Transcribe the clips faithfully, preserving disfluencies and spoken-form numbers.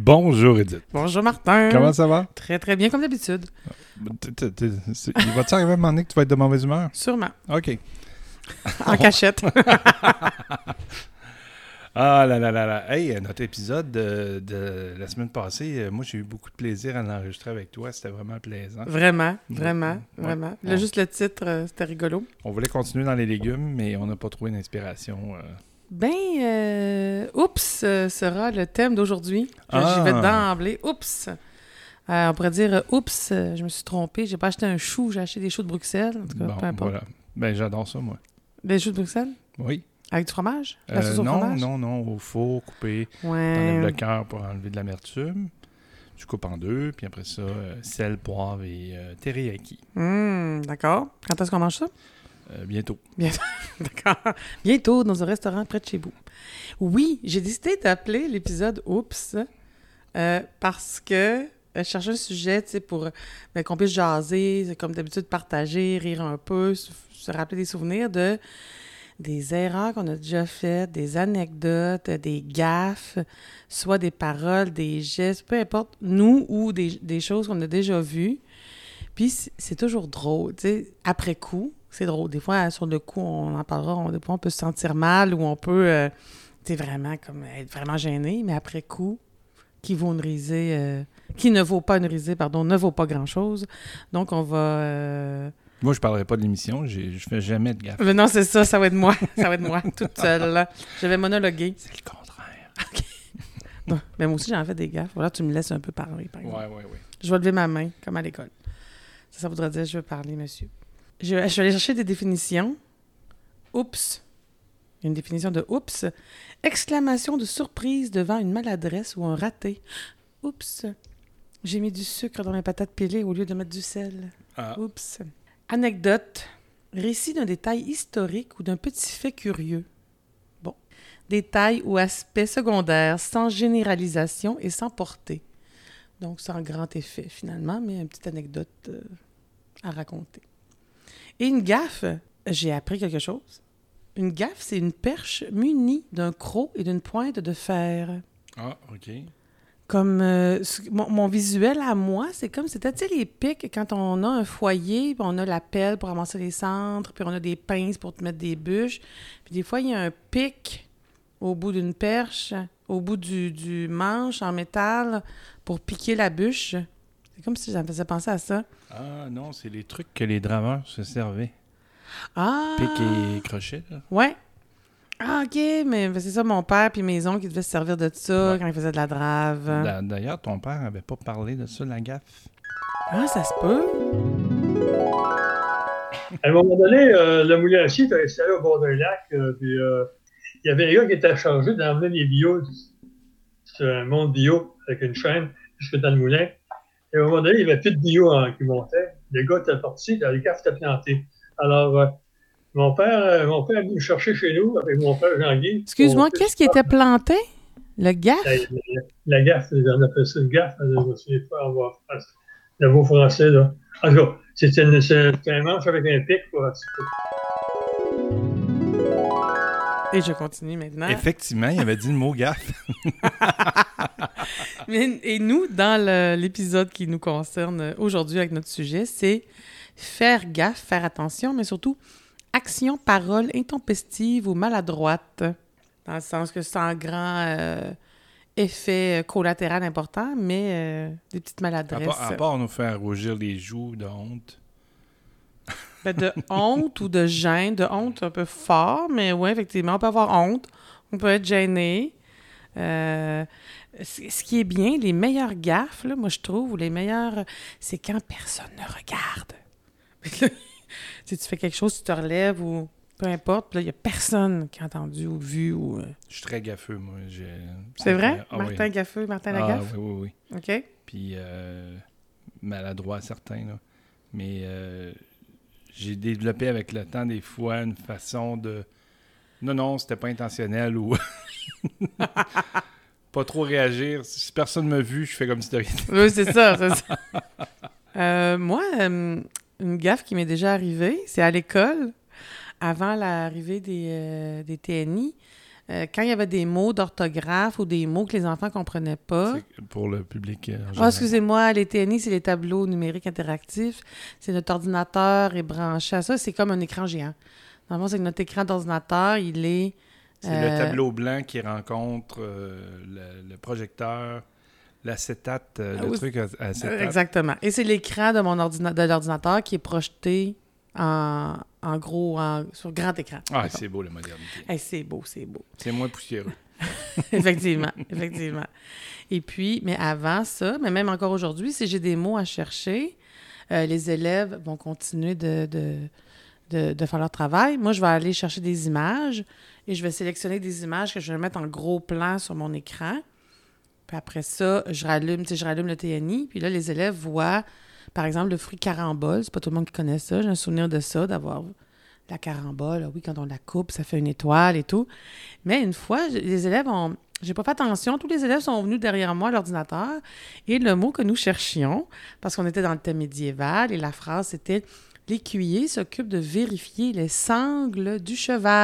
Bonjour Edith. Bonjour Martin. Comment ça va? Très très bien comme d'habitude. T- t- t- Il va-tu arriver à un moment donné que tu vas être de mauvaise humeur? Sûrement. OK. En cachette. Ah là là là là. Hey, notre épisode de, de la semaine passée, euh, moi j'ai eu beaucoup de plaisir à l'enregistrer avec toi. C'était vraiment plaisant. Vraiment, vraiment, Ouais. vraiment. Ouais. Là, juste le titre, euh, c'était rigolo. On voulait continuer dans les légumes, mais on n'a pas trouvé d'inspiration. euh. Ben, euh, oups euh, sera le thème d'aujourd'hui. Je- Ah. J'y vais d'emblée. Oups. Euh, on pourrait dire, euh, oups, euh, je me suis trompée. J'ai pas acheté un chou, j'ai acheté des choux de Bruxelles. En tout cas, Bon, peu importe. voilà. Ben j'adore ça, moi. Des choux de Bruxelles? Oui. Avec du fromage? La Euh, sauce au non, fromage? non, non, au four, coupé. Ouais. T'enlèves le cœur pour enlever de l'amertume. Tu coupes en deux, puis après ça, euh, sel, poivre et euh, teriyaki. Hum, d'accord. Quand est-ce qu'on mange ça? Euh, bientôt. D'accord. Bientôt, dans un restaurant près de chez vous. Oui, j'ai décidé d'appeler l'épisode « Oups euh, » parce que euh, je cherchais un sujet, tu sais, pour ben, qu'on puisse jaser, comme d'habitude, partager, rire un peu, se, se rappeler des souvenirs de des erreurs qu'on a déjà faites, des anecdotes, des gaffes, soit des paroles, des gestes, peu importe, nous ou des, des choses qu'on a déjà vues. Puis c'est, c'est toujours drôle, tu sais, après coup, c'est drôle. Des fois, sur le coup, on en parlera, on, des fois, on peut se sentir mal ou on peut, euh, tu sais, vraiment comme être vraiment gêné, mais après coup, qui vaut une risée, euh, qui ne vaut pas une risée, pardon, ne vaut pas grand-chose. Donc, on va... euh, Moi, je parlerai pas de l'émission. J'ai, je fais jamais de gaffe. Mais non, c'est ça, ça va être moi. Ça va être moi, toute seule. Là. Je vais monologuer. C'est le contraire. OK. Bon, mais moi aussi, j'en fais des gaffes. Voilà, tu me laisses un peu parler, par exemple. Ouais, ouais, ouais. Je vais lever ma main, comme à l'école. Ça, ça voudrait dire je veux parler, monsieur. Je, je vais aller chercher des définitions. Oups. Il y a une définition de oups. Exclamation de surprise devant une maladresse ou un raté. Oups. J'ai mis du sucre dans mes patates pilées au lieu de mettre du sel. Ah. Oups. Anecdote. Récit d'un détail historique ou d'un petit fait curieux. Bon. Détail ou aspect secondaire, sans généralisation et sans portée. Donc, sans grand effet, finalement, mais une petite anecdote euh, à raconter. Et une gaffe, j'ai appris quelque chose. Une gaffe, c'est une perche munie d'un croc et d'une pointe de fer. Ah, OK. Comme euh, mon, mon visuel à moi, c'est comme, c'était, tu sais, les pics, quand on a un foyer, puis on a la pelle pour ramasser les cendres, puis on a des pinces pour te mettre des bûches. Puis des fois, il y a un pic au bout d'une perche, au bout du, du manche en métal, pour piquer la bûche. C'est comme si ça me faisait penser à ça. Ah, non, c'est les trucs que les draveurs se servaient. Ah! Pic et crochet, là. Ouais. Ah, OK, mais c'est ça, mon père puis mes oncles qui devaient se servir de ça Ouais. quand ils faisaient de la drave. D'a- D'ailleurs, ton père avait pas parlé de ça, la gaffe. Ah, ça se peut. À un moment donné, euh, le moulin-à-chier était installé au bord d'un lac, euh, puis euh, il y avait un gars qui était chargé d'emmener les bio, c'est un monde bio, avec une chaîne, jusque dans le moulin. Et à un moment donné, il n'y avait plus de bio hein, qui montait. Le gars était parti, la gaffe était plantée. Alors, euh, mon père, euh, mon père est venu me chercher chez nous, avec mon père Jean-Guy. Excuse-moi, On- qu'est-ce qui était planté? Le gaffe? La, la, la gaffe, on appelle ça une gaffe, je me souviens pas, on va faire le mot français, là. En tout cas, c'était, une, c'était un manche avec un pic pour Et je continue maintenant. Effectivement, il avait dit le mot gaffe. Mais- Et nous, dans le- l'épisode qui nous concerne aujourd'hui avec notre sujet, c'est faire gaffe, faire attention, mais surtout action, parole intempestive ou maladroite. Dans le sens que sans grand euh, effet collatéral important, mais euh, des petites À maladresses. part, à part nous faire rougir les joues de honte. Ben, de honte ou de gêne. De honte un peu fort, mais oui, effectivement, on peut avoir honte. On peut être gêné. Euh, c- ce qui est bien, les meilleures gaffes, là, moi, je trouve, ou les meilleures, c'est quand personne ne regarde. Puis là, si tu fais quelque chose, tu te relèves ou peu importe, puis là, il n'y a personne qui a entendu ou vu. Ou, euh, Je suis très gaffeux, moi. J'ai... C'est vrai? Ah, Martin oui. Gaffeux, Martin Ah, Lagaffe? oui, oui, oui. OK. Puis euh, maladroit, certain, là. Mais euh, j'ai développé avec le temps, des fois, une façon de... Non, non, c'était pas intentionnel ou... pas trop réagir. Si personne m'a vu, je fais comme si de rien. Oui, c'est ça, c'est ça. Euh, moi, euh, une gaffe qui m'est déjà arrivée, c'est à l'école, avant l'arrivée des, euh, des T N I. euh, quand il y avait des mots d'orthographe ou des mots que les enfants ne comprenaient pas... C'est pour le public. Euh, Ah, excusez-moi, les T N I, c'est les tableaux numériques interactifs. C'est notre ordinateur est branché à ça. C'est comme un écran géant. Normalement, c'est que notre écran d'ordinateur, il est... C'est euh... le tableau blanc qui rencontre euh, le, le projecteur, l'acétate, euh, le oui, truc à acétate. Exactement. Et c'est l'écran de mon ordina... de l'ordinateur qui est projeté en, en gros, en... sur grand écran. Ah, D'accord. c'est beau, la modernité. Hey, c'est beau, c'est beau. C'est moins poussiéreux. effectivement, effectivement. Et puis, mais avant ça, mais même encore aujourd'hui, si j'ai des mots à chercher, euh, les élèves vont continuer de, de, de, de faire leur travail. Moi, je vais aller chercher des images et je vais sélectionner des images que je vais mettre en gros plan sur mon écran. Puis après ça, je rallume, tu sais, je rallume le T N I. Puis là, les élèves voient, par exemple, le fruit carambole. C'est pas tout le monde qui connaît ça. J'ai un souvenir de ça, d'avoir la carambole. Oui, quand on la coupe, ça fait une étoile et tout. Mais une fois, les élèves ont... J'ai pas fait attention. Tous les élèves sont venus derrière moi à l'ordinateur. Et le mot que nous cherchions, parce qu'on était dans le thème médiéval, et la phrase, c'était « L'écuyer s'occupe de vérifier les sangles du cheval. »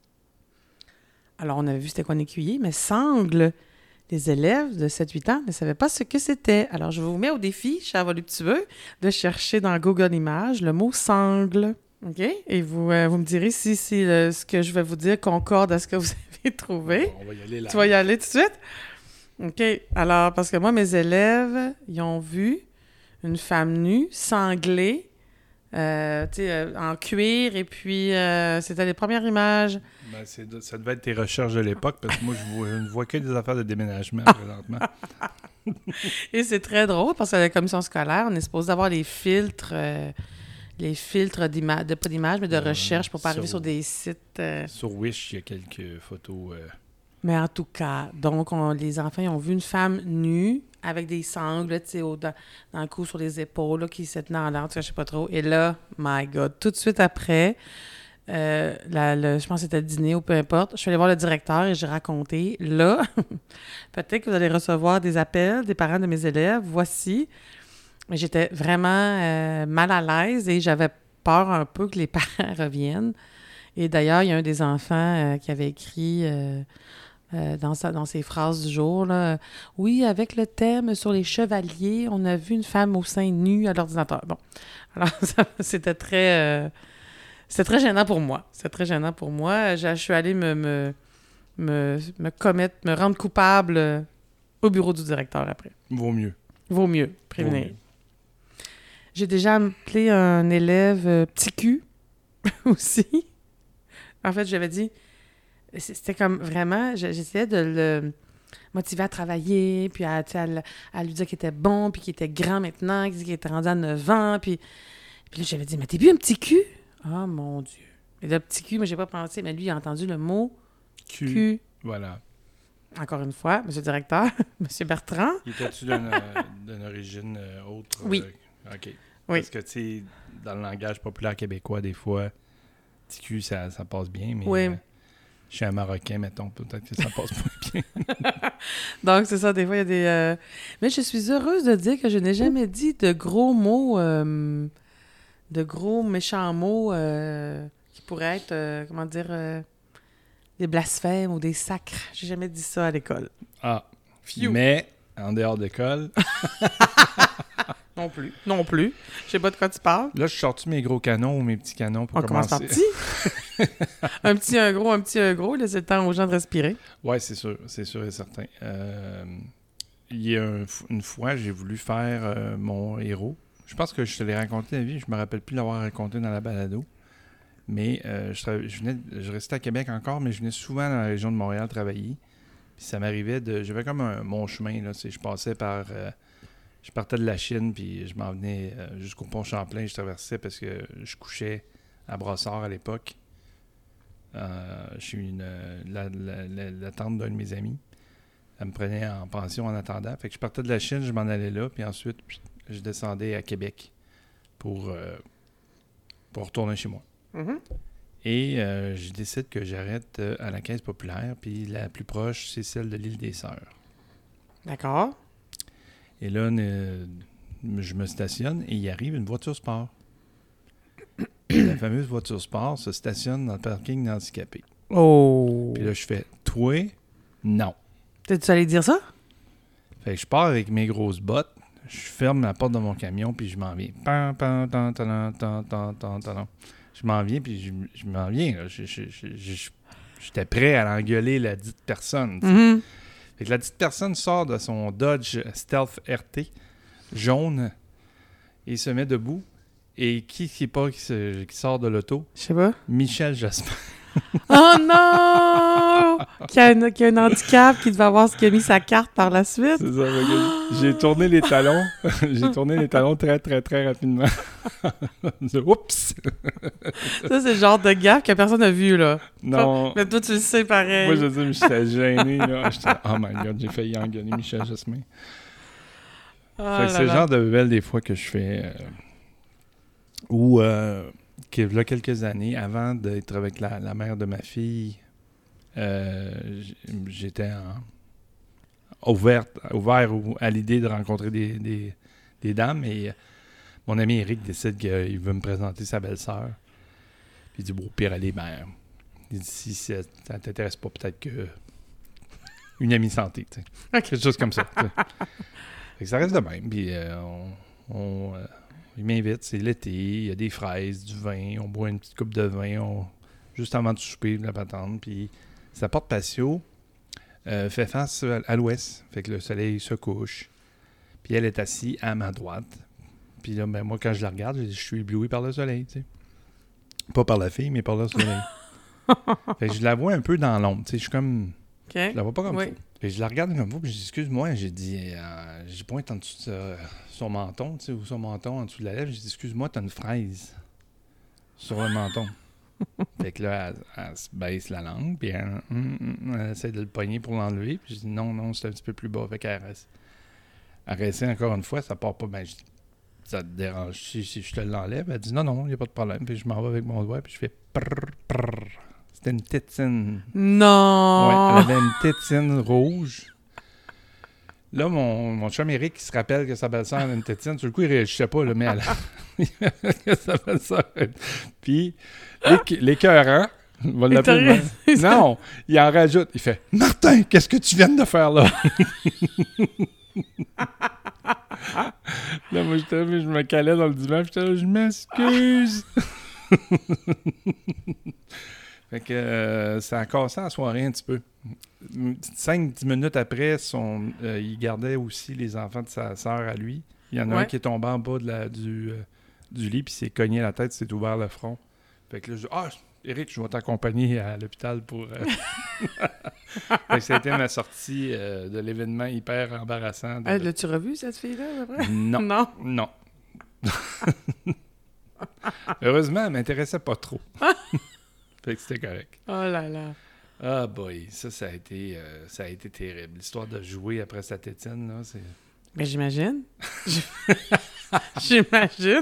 Alors, on avait vu c'était quoi un écuyer, mais sangle... Les élèves de sept huit ans ne savaient pas ce que c'était. Alors, je vous mets au défi, cher voluptueux, de chercher dans Google Images le mot « sangle ». OK? Et vous, euh, vous me direz si, si euh, ce que je vais vous dire concorde à ce que vous avez trouvé. On va y aller là. Tu vas y aller tout de suite? OK. Alors, parce que moi, mes élèves, ils ont vu une femme nue, sanglée, euh, tu sais, euh, en cuir, et puis euh, c'était les premières images. Ben, c'est de, ça devait être tes recherches de l'époque, parce que moi, je, vois, je ne vois que des affaires de déménagement présentement. Et c'est très drôle, parce que la commission scolaire, on est supposé avoir les filtres, euh, les filtres d'images, de, pas d'images, mais de Ouais, recherche pour pas arriver sur- sur des sites... euh, Sur Wish, il y a quelques photos. euh, Mais en tout cas, donc, on- les enfants, ils ont vu une femme nue, avec des sangles, tu sais, au- dans, dans le cou, sur les épaules, là, qui se tenait en l'air, en tout cas, je sais pas trop. Et là, my God, tout de suite après... Euh, la- le- je pense que c'était le dîner ou peu importe. Je suis allée voir le directeur et j'ai raconté. Là, peut-être que vous allez recevoir des appels des parents de mes élèves. Voici. Mais j'étais vraiment euh, mal à l'aise et j'avais peur un peu que les parents reviennent. Et d'ailleurs, il y a un des enfants euh, qui avait écrit euh, euh, dans, sa, dans ses phrases du jour, là, « Oui, avec le thème sur les chevaliers, on a vu une femme au sein nu à l'ordinateur. » Bon, alors ça, c'était très... Euh, C'était très gênant pour moi. C'était très gênant pour moi. Je, je suis allée me, me, me, me commettre, me rendre coupable euh, au bureau du directeur après. Vaut mieux. Vaut mieux, Vaut prévenir. mieux. J'ai déjà appelé un élève euh, petit cul aussi. En fait, j'avais dit... C'était comme vraiment... J'essayais de le motiver à travailler, puis à, tu sais, à, le- à lui dire qu'il était bon, puis qu'il était grand maintenant, qu'il était rendu à neuf ans, puis... Puis là, j'avais dit, mais t'es plus un petit cul? Ah, oh, mon Dieu. Et le petit cul, moi, j'ai pas pensé, mais lui, il a entendu le mot Q. cul. Voilà. Encore une fois, monsieur le directeur, monsieur Bertrand. Il était-tu d'une euh, d'une origine euh, autre? Oui. euh, OK. Oui. Parce que, tu sais, dans le langage populaire québécois, des fois, petit cul, ça, ça passe bien, mais Oui. euh, chez un Marocain, mettons, peut-être que ça passe pas bien. Donc, c'est ça, des fois, il y a des... euh, Mais je suis heureuse de dire que je n'ai jamais dit de gros mots, euh, de gros méchants mots euh, qui pourraient être, euh, comment dire, euh, des blasphèmes ou des sacres. J'ai jamais dit ça à l'école. Ah. Phew. Mais, en dehors d'école, Non plus. Non plus. Je sais pas de quoi tu parles. là, je sortis mes gros canons ou mes petits canons pour On commence commencer. par petit. Un petit, un gros, un petit, un gros. Laissez le temps aux gens de respirer. Oui, c'est sûr, c'est sûr et certain. Euh, il y a un f- une fois, j'ai voulu faire euh, mon héros. Je pense que je te l'ai raconté la vie, je me rappelle plus l'avoir raconté dans la balado. Mais euh, je, tra- je, venais, je restais à Québec encore, mais je venais souvent dans la région de Montréal travailler. Puis ça m'arrivait de... J'avais comme un, mon chemin, là. C'est, je passais par... euh, je partais de la Chine, puis je m'en venais euh, jusqu'au pont Champlain. Je traversais parce que je couchais à Brossard à l'époque. Euh, je suis une, la, la, la, la tante d'un de mes amis. Elle me prenait en pension en attendant. Fait que je partais de la Chine, je m'en allais là, puis ensuite, je descendais à Québec pour, euh, pour retourner chez moi. Mm-hmm. Et euh, je décide que j'arrête euh, à la Caisse populaire, puis la plus proche, c'est celle de l'île des Sœurs. D'accord. Et là, ne- je me stationne et il arrive une voiture sport. La fameuse voiture sport se stationne dans le parking d'handicapés. Oh! Puis là, je fais « Toi, non. » T'es-tu allé dire ça? Fait que je pars avec mes grosses bottes, je ferme la porte de mon camion, puis je m'en viens. Pan, pan, tan, tan, tan, tan, tan, tan. Je m'en viens, puis je, je m'en viens. Là. Je, je, je, je, j'étais prêt à engueuler la dite personne. Mm-hmm. Fait que la dite personne sort de son Dodge Stealth R T jaune et se met debout. Et qui qui est pas qui, se, qui sort de l'auto? Je sais pas. Michel Jospin. Oh non! Qui a, un, qui a un handicap, qui devait avoir ce qui a mis sa carte par la suite. C'est ça, regarde. J'ai tourné les talons. J'ai tourné les talons très, très, très rapidement. Oups! Ça, c'est le genre de gaffe que personne n'a vu, là. Non. Mais toi, tu le sais pareil. Moi, je sais, mais j'étais gêné, là. J'étais, oh my God, j'ai failli engueuler Michel Jospin. Oh fait que c'est le genre de belles des fois que je fais... Euh, ou... Euh, il y a quelques années, avant d'être avec la, la mère de ma fille, euh, j'étais en, ouverte, ouvert à l'idée de rencontrer des, des, des dames. Et mon ami Eric décide qu'il veut me présenter sa belle-sœur. Puis il dit, bon, au pire, elle est mère. Il dit, si ça ne t'intéresse pas, peut-être que une amie santé. Tu sais. Okay. Quelque chose comme ça. Fait que ça reste de même. Puis euh, on... on euh, il m'invite, c'est l'été, il y a des fraises, du vin, on boit une petite coupe de vin on, juste avant de souper, de la patente. Puis sa porte patio euh, fait face à, à l'ouest, fait que le soleil se couche. Puis elle est assise à ma droite. Puis là, ben, moi, quand je la regarde, je suis ébloui par le soleil, tu sais. Pas par la fille, mais par le soleil. Fait que je la vois un peu dans l'ombre, tu sais, je suis comme... Okay. Je la vois pas comme oui. ça. Puis je la regarde comme ça, puis je dis, excuse-moi, j'ai dit, euh, j'ai pointe en dessous de euh, son menton, tu sais, ou son menton en dessous de la lèvre, j'ai dit, excuse-moi, t'as une fraise sur le menton. Fait que là, elle, elle se baisse la langue, puis elle, elle, elle essaie de le pogner pour l'enlever, puis je dis, non, non, c'est un petit peu plus bas. Fait qu'elle reste. Elle restait encore une fois, ça part pas, ben, je dis, ça te dérange si, si je te l'enlève? Elle dit, non, non, il n'y a pas de problème. Puis je m'en vais avec mon doigt, puis je fais prrr, prrr. C'était une tétine. Non! Ouais, elle avait une tétine rouge. Là, mon, mon chum Eric, qui se rappelle que sa belle-sœur avait une tétine, sur le coup, il réagissait pas, là, mais elle que sa belle-sœur... Puis, l'écœurant, on va l'appeler... Non, il en rajoute. Il fait « Martin, qu'est-ce que tu viens de faire là? » Là, moi, j'étais là, je me calais dans le divan, j'étais là, je m'excuse. Fait que euh, ça a cassé la soirée un petit peu. cinq dix minutes après, son, euh, il gardait aussi les enfants de sa sœur à lui. Il y en a ouais. un qui est tombé en bas de la, du, euh, du lit, puis s'est cogné la tête, s'est ouvert le front. Fait que là, je dis « Ah, Eric, je vais t'accompagner à l'hôpital pour... Euh... » Fait que ça a été ma sortie euh, de l'événement hyper embarrassant. De... Hey, l'as-tu revu, cette fille-là, après? Non. Non. Non. Heureusement, elle m'intéressait pas trop. Fait que c'était correct. Oh là là. Ah boy, ça, ça a été, euh, ça a été terrible. L'histoire de jouer après sa tétine, là, c'est... Ben, j'imagine. J'imagine.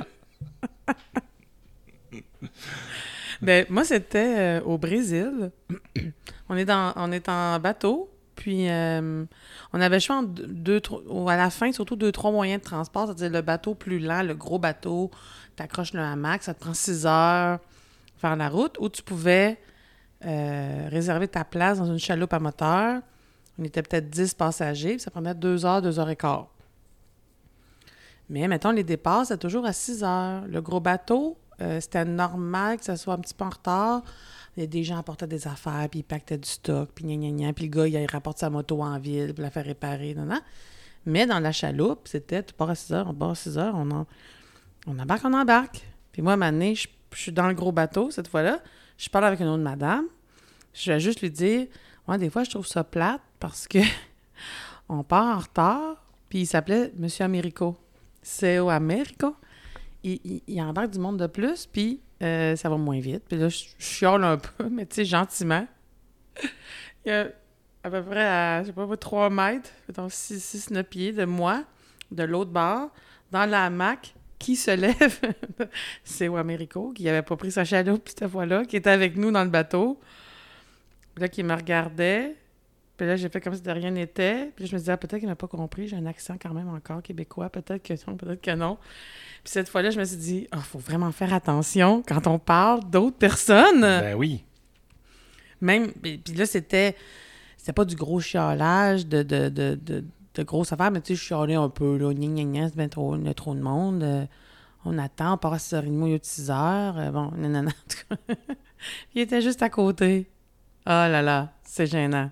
Ben, moi, c'était euh, au Brésil. on, est dans, on est en bateau, puis euh, on avait le choix entre deux, deux, à la fin, surtout deux, trois moyens de transport, c'est-à-dire le bateau plus lent, le gros bateau, t'accroches le hamac, ça te prend six heures faire la route, ou tu pouvais euh, réserver ta place dans une chaloupe à moteur. On était peut-être dix passagers, puis ça prenait deux heures, deux heures et quart. Mais, mettons, les départs, c'est toujours à six heures. Le gros bateau, euh, c'était normal que ça soit un petit peu en retard. Il y a des gens apportaient des affaires, puis ils pactaient du stock, puis gna gna gna, puis le gars, il rapporte sa moto en ville, puis la faire réparer, non, non. Mais dans la chaloupe, c'était, tu pars à six heures, on part à six heures, on, en, on embarque, on embarque. Puis moi, à un moment donné, je Je suis dans le gros bateau, cette fois-là. Je parle avec une autre madame. Je vais juste lui dire, ouais, des fois, je trouve ça plate parce que on part en retard. Puis il s'appelait Monsieur Américo. C'est au Américo. Il, il, il embarque du monde de plus, puis euh, ça va moins vite. Puis là, je, je chiale un peu, mais tu sais, gentiment. Il y a à peu près à, je sais pas, trois mètres, donc six neuf pieds de moi, de l'autre bord, dans la hamac. Qui se lève, c'est au Américo, qui n'avait pas pris sa chaloupe cette fois-là, qui était avec nous dans le bateau. Puis là, qui me regardait. Puis là, j'ai fait comme si de rien n'était. Puis là, je me disais, ah, peut-être qu'il m'a pas compris. J'ai un accent quand même encore québécois. Peut-être que non, peut-être que non. Puis cette fois-là, je me suis dit, il oh, faut vraiment faire attention quand on parle d'autres personnes. Ben oui. Même, puis puis là, c'était, c'était pas du gros chiolage de, de, de, de, de grosses affaires, mais tu sais, je chialais un peu, là, gna gna gna, c'est bien trop, il y a trop de monde. Euh, on attend, on part à six heures trente, il y a six heures. Euh, bon, non, non, non, en tout cas. Il était juste à côté. Oh là là, c'est gênant.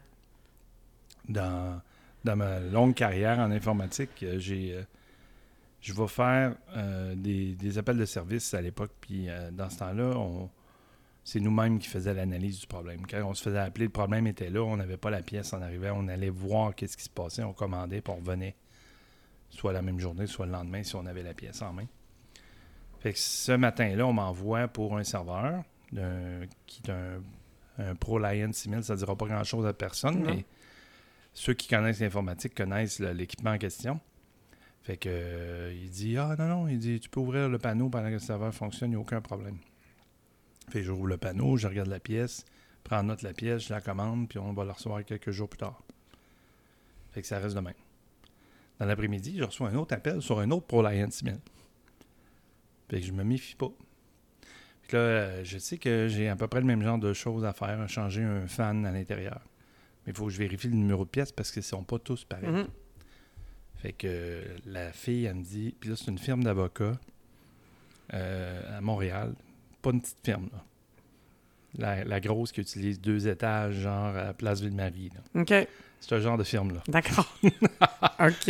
Dans, dans ma longue carrière en informatique, euh, j'ai... Euh, je vais faire euh, des, des appels de service à l'époque, puis euh, dans ce temps-là, on, c'est nous-mêmes qui faisions l'analyse du problème. Quand on se faisait appeler, le problème était là, on n'avait pas la pièce, on arrivait, on allait voir qu'est-ce qui se passait, on commandait, puis on revenait soit la même journée, soit le lendemain, si on avait la pièce en main. Fait que ce matin-là, on m'envoie pour un serveur d'un, qui est un, un Pro Lion six mille, ça ne dira pas grand-chose à personne, Non. mais ceux qui connaissent l'informatique connaissent là, l'équipement en question. Fait que euh, il dit « Ah non, non, il dit tu peux ouvrir le panneau pendant que le serveur fonctionne, il n'y a aucun problème. » Fait que j'ouvre le panneau, je regarde la pièce, prends en note la pièce, je la commande, puis on va la recevoir quelques jours plus tard. Fait que ça reste de même. Dans l'après-midi, je reçois un autre appel sur un autre Pro Lion six mille. Fait que je me méfie pas. Fait que là, euh, je sais que j'ai à peu près le même genre de choses à faire, changer un fan à l'intérieur. Mais il faut que je vérifie le numéro de pièce parce qu'ils ne sont pas tous pareils. Mm-hmm. Fait que euh, la fille, elle me dit... Puis là, c'est une firme d'avocats euh, à Montréal. Pas une petite firme, là. La, la grosse qui utilise deux étages, genre à Place Ville-Marie. Là. OK. C'est ce genre de firme-là. D'accord. OK.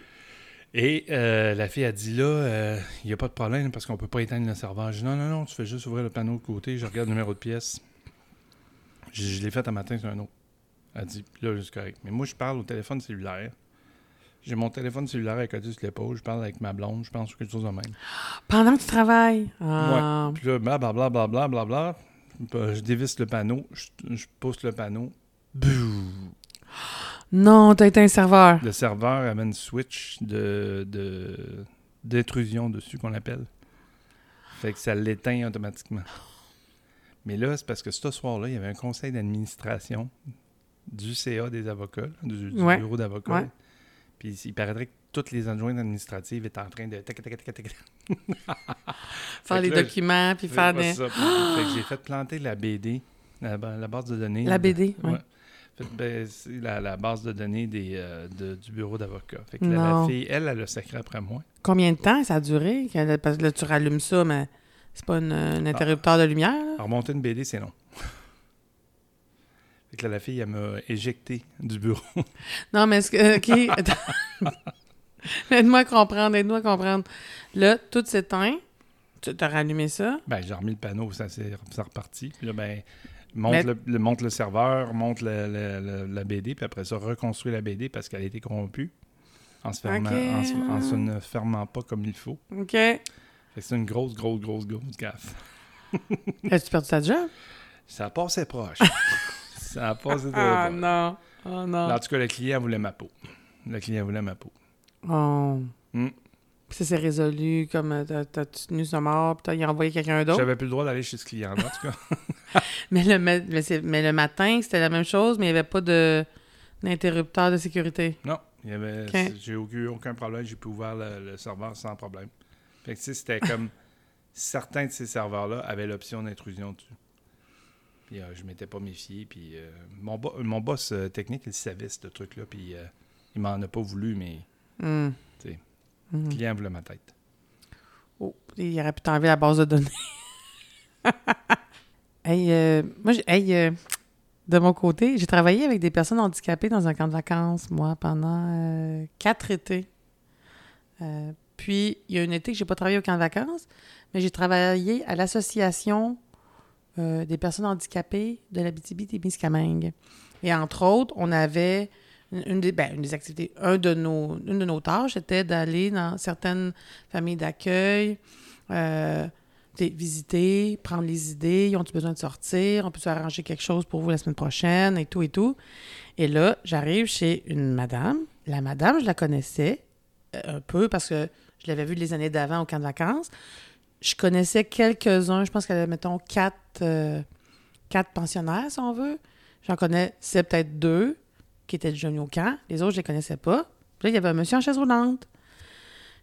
Et euh, la fille a dit là, il euh, n'y a pas de problème parce qu'on peut pas éteindre le serveur. Je dis non, non, non, tu fais juste ouvrir le panneau de côté, je regarde le numéro de pièce. Je, je l'ai fait un matin sur un autre. Elle dit, là, c'est correct. Mais moi, je parle au téléphone cellulaire. J'ai mon téléphone cellulaire à côté sur l'épaule, je parle avec ma blonde, je pense quelque chose de même. Pendant que tu travailles? Ah. Ouais. Puis là, blablabla, blablabla, bla, bla, je dévisse le panneau, je, je pousse le panneau. Bouh! Non, t'as été un serveur. Le serveur avait une switch de, de, d'intrusion dessus, qu'on appelle. Fait que ça l'éteint automatiquement. Mais là, c'est parce que ce soir-là, il y avait un conseil d'administration du C A des avocats, du, du ouais. bureau d'avocats. Ouais. Puis il paraîtrait que toutes les adjointes administratives étaient en train de... faire les là, documents, puis faire des... Ça, puis, fait que j'ai fait planter la B D, la, la base de données. La B D, oui. Ouais. Fait, ben, c'est la, la base de données des, euh, de, du bureau d'avocats. Fait que la, Non. la fille, elle, elle a sacré après moi. Combien de temps ça a duré? Parce que là, tu rallumes ça, mais c'est pas une, un interrupteur ah. de lumière? Là? Alors, remonter une B D, c'est long. Fait que là, la fille, elle m'a éjecté du bureau. Non, mais est-ce que... OK. Aide-moi à comprendre, aide-moi à comprendre. Là, tout s'éteint. Tu as rallumé ça? Ben, j'ai remis le panneau, ça s'est ça reparti. Puis là, ben, monte, mais... le, le, monte le serveur, monte le, le, le, la B D, puis après ça, reconstruit la B D parce qu'elle a été corrompue en se fermant, okay. en, se, en se ne fermant pas comme il faut. OK. Fait que c'est une grosse, grosse, grosse, grosse gaffe. As-tu perdu ta job? Ça passait proche. Ça a passé très Ah proche. non! Oh non! En tout cas, le client voulait ma peau. Le client voulait ma peau. Oh. Mm. Puis ça s'est résolu, comme t'as, t'as tenu sa mort, puis t'as envoyé quelqu'un d'autre. J'avais plus le droit d'aller chez ce client-là, en tout cas. mais, le, mais, mais le matin, c'était la même chose, mais il n'y avait pas de, d'interrupteur de sécurité. Non, il y avait, okay. j'ai eu aucun problème. J'ai pu ouvrir le, le serveur sans problème. Fait que tu sais, c'était comme certains de ces serveurs-là avaient l'option d'intrusion dessus. Puis euh, je m'étais pas méfié. Puis euh, mon, bo- mon boss euh, technique, il savait ce truc-là. Puis euh, il m'en a pas voulu, mais mm. tu sais, mm. le client voulait ma tête. Oh, il aurait pu t'enlever la base de données. hey, euh, moi, j'ai, hey, euh, de mon côté, j'ai travaillé avec des personnes handicapées dans un camp de vacances, moi, pendant euh, quatre étés. Euh, puis, il y a un été que j'ai pas travaillé au camp de vacances, mais j'ai travaillé à l'association euh, des personnes handicapées de l'Abitibi-Témiscamingue. Et entre autres, on avait une, une, des, ben, une des activités, un de nos, une de nos tâches, c'était d'aller dans certaines familles d'accueil, euh, visiter, prendre les idées, ils ont-ils besoin de sortir, on peut arranger quelque chose pour vous la semaine prochaine, et tout, et tout. Et là, j'arrive chez une madame. La madame, je la connaissais euh, un peu parce que je l'avais vue les années d'avant au camp de vacances. Je connaissais quelques-uns, je pense qu'elle avait, mettons, quatre, euh, quatre pensionnaires, si on veut. J'en connaissais peut-être deux qui étaient déjà venus au camp. Les autres, je les connaissais pas. Puis là, il y avait un monsieur en chaise roulante.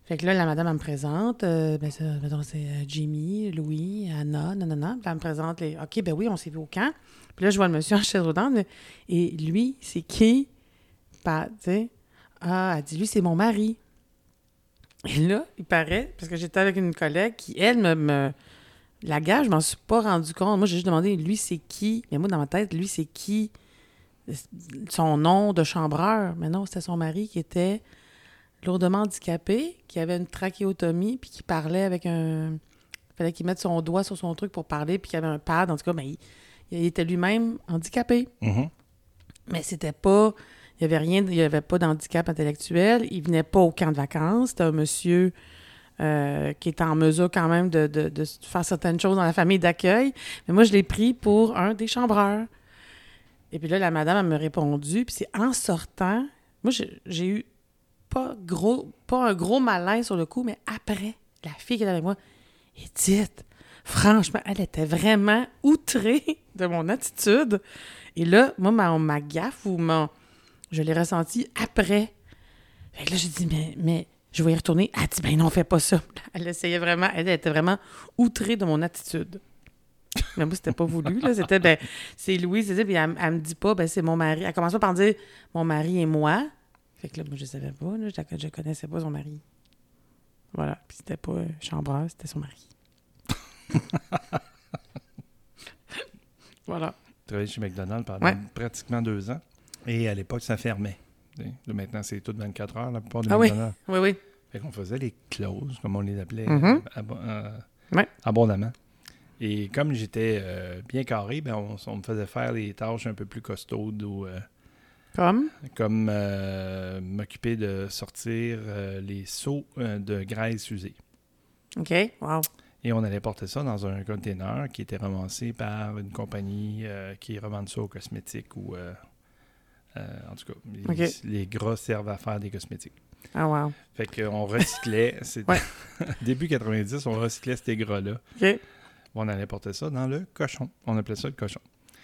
Fait que là, la madame, elle me présente. Euh, ben, ça, mettons, c'est euh, Jimmy, Louis, Anna, nanana. Puis elle me présente les... OK, ben oui, on s'est vu au camp. Puis là, je vois le monsieur en chaise roulante. Et lui, c'est qui? Pas, tu sais. Ah, elle dit, lui, c'est mon mari. Et là, il paraît, parce que j'étais avec une collègue qui, elle, me... me la gage, je m'en suis pas rendu compte. Moi, j'ai juste demandé, lui, c'est qui? Mais moi, dans ma tête, lui, c'est qui? Son nom de chambreur. Mais non, c'était son mari qui était lourdement handicapé, qui avait une trachéotomie, puis qui parlait avec un... Il fallait qu'il mette son doigt sur son truc pour parler, puis qu'il avait un pad. En tout cas, ben, il, il était lui-même handicapé. Mm-hmm. Mais c'était pas... Il n'y avait rien... Il n'y avait pas d'handicap intellectuel. Il venait pas au camp de vacances. C'était un monsieur... Euh, qui est en mesure quand même de, de, de faire certaines choses dans la famille d'accueil. Mais moi, je l'ai pris pour un des chambreurs. Et puis là, la madame, elle m'a répondu. Puis c'est en sortant... Moi, j'ai, j'ai eu pas gros, pas un gros malaise sur le coup, mais après, la fille qui était avec moi, Edith, franchement, elle était vraiment outrée de mon attitude. Et là, moi, ma, ma gaffe, ou mon, je l'ai ressenti après. Fait que là, j'ai dit, mais... mais je vais y retourner. Elle dit, ben non, fais pas ça. Elle essayait vraiment, elle était vraiment outrée de mon attitude. Mais moi, c'était pas voulu, là. C'était, ben, c'est Louise, c'est ça, puis elle, elle me dit pas, ben c'est mon mari. Elle commence par dire, mon mari et moi. Fait que là, moi, je savais pas, là, je, je connaissais pas son mari. Voilà. Puis c'était pas euh, chambreur, c'était son mari. Voilà. J'ai travaillé chez McDonald's pendant ouais. pratiquement deux ans. Et à l'époque, ça fermait. Là, maintenant, c'est tout vingt-quatre heures, la plupart des ah McDonald's. Oui, oui, oui. Fait qu'on faisait les closes, comme on les appelait, mm-hmm. ab- euh, ouais. abondamment. Et comme j'étais euh, bien carré, ben on, on me faisait faire des tâches un peu plus costaudes. Ou, euh, comme? Comme euh, m'occuper de sortir euh, les seaux euh, de graisse usée. OK, wow. Et on allait porter ça dans un container qui était ramassé par une compagnie euh, qui revend ça aux cosmétiques ou... Euh, Euh, en tout cas, les, okay. les gras servent à faire des cosmétiques. Ah, wow. Fait qu'on recyclait. ouais. Début quatre-vingt-dix, on recyclait ces gras-là. OK. On allait porter ça dans le cochon. On appelait ça le cochon.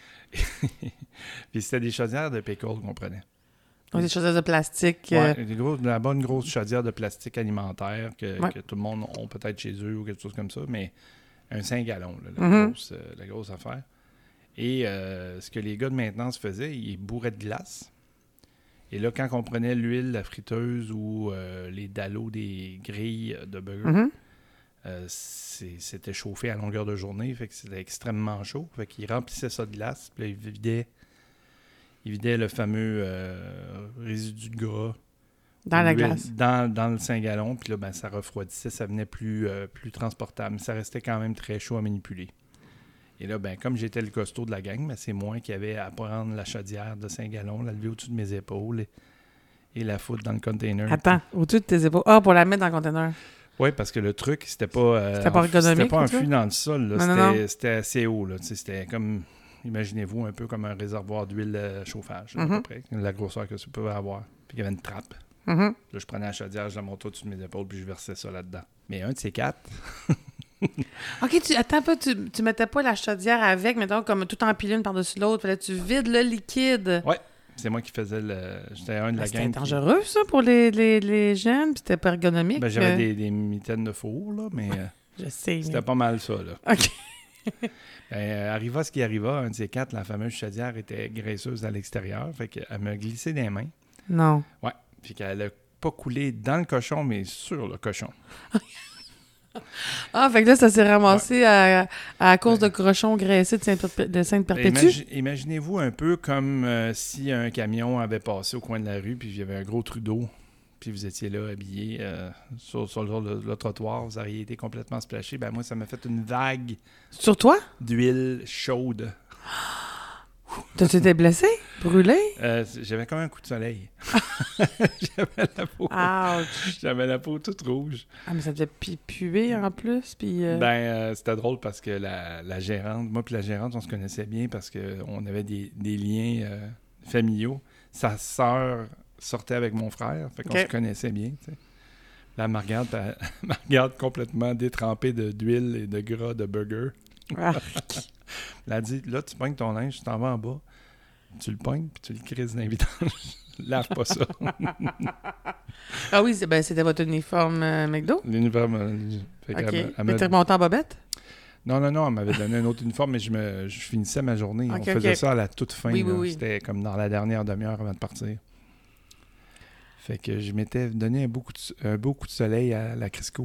Puis c'était des chaudières de pickle qu'on prenait. Donc, des chaudières de plastique. Oui, euh... des gros, de la bonne grosse chaudière de plastique alimentaire que, ouais. que tout le monde a peut-être chez eux ou quelque chose comme ça, mais un cinq gallons, là, la, mm-hmm. grosse, euh, la grosse affaire. Et euh, ce que les gars de maintenance faisaient, ils bourraient de glace. Et là, quand on prenait l'huile, la friteuse ou euh, les dallos des grilles de burger, mm-hmm. euh, c'est, c'était chauffé à longueur de journée, fait que c'était extrêmement chaud. Fait qu'ils remplissaient ça de glace, puis là, ils vidaient, ils vidaient le fameux euh, résidu de gras dans la glace. Dans, dans le cinq gallons, puis là, ben, ça refroidissait, ça venait plus, euh, plus transportable. Mais ça restait quand même très chaud à manipuler. Et là, ben, comme j'étais le costaud de la gang, ben, c'est moi qui avais à prendre la chaudière de cinq gallons, la lever au-dessus de mes épaules et, et la foutre dans le container. Attends, au-dessus de tes épaules. Ah, pour la mettre dans le container. Oui, parce que le truc, c'était pas... Euh, c'était pas ergonomique. C'était pas un fût dans le sol. Là. Non, c'était, non, non. c'était assez haut. Là. C'était comme, imaginez-vous, un peu comme un réservoir d'huile euh, chauffage, là, mm-hmm. à peu près. La grosseur que ça peut avoir. Puis il y avait une trappe. Mm-hmm. Là, je prenais la chaudière, je la montais au-dessus de mes épaules, puis je versais ça là-dedans. Mais un de ces quatre... OK, tu, attends un peu, tu, tu mettais pas la chaudière avec, mettons, comme tout empilé une par-dessus l'autre, fallait que tu vides le liquide. Oui, c'est moi qui faisais le... J'étais un de la ben, gang. C'était dangereux, qui... ça, pour les, les, les jeunes, puis c'était pas ergonomique. Ben, j'avais euh... des, des mitaines de four, là, mais... Je sais, C'était mais... pas mal ça, là. OK. ben, euh, arriva ce qui arriva, un de ces quatre, la fameuse chaudière était graisseuse à l'extérieur, fait qu'elle m'a glissé des mains. Non. Ouais, puis qu'elle a pas coulé dans le cochon, mais sur le cochon. Ah, fait que là, ça s'est ramassé ouais. à, à cause ouais. de crochons graissés de, Saint- de Sainte-Perpétue. Imagi- imaginez-vous un peu comme euh, si un camion avait passé au coin de la rue, puis il y avait un gros trou d'eau, puis vous étiez là, habillé euh, sur, sur le, le, le trottoir, vous auriez été complètement splashé. Ben moi, ça m'a fait une vague... Sur toi? D'huile chaude. T'as-tu été blessé? Brûlé? Euh, j'avais comme un coup de soleil. J'avais la peau. Ouch. J'avais la peau toute rouge. Ah, mais ça devait pu- puer en plus. Puis euh... Ben, euh, c'était drôle parce que la, la gérante, moi puis la gérante, on se connaissait bien parce qu'on avait des, des liens euh, familiaux. Sa sœur sortait avec mon frère, fait qu'on okay. se connaissait bien. T'sais. Là, elle me regarde, elle, elle me regarde complètement détrempée de, d'huile et de gras de burger. Ah. Elle a dit, là, tu pognes ton linge, tu t'en vas en bas. tu le pognes, puis tu le crises dans les vidanges. Lave pas ça. Ah oui, c'est, ben, c'était votre uniforme euh, McDo? L'uniforme... euh, fait OK. qu'elle me- elle Mais me- t'es remonté en bobette? Non, non, non, elle m'avait donné un autre uniforme, mais je, me, je finissais ma journée. Ok, On faisait ok. ça à la toute fin. Oui, oui, là. oui. C'était comme dans la dernière demi-heure avant de partir. Fait que je m'étais donné un beau coup de, un beau coup de soleil à la Crisco.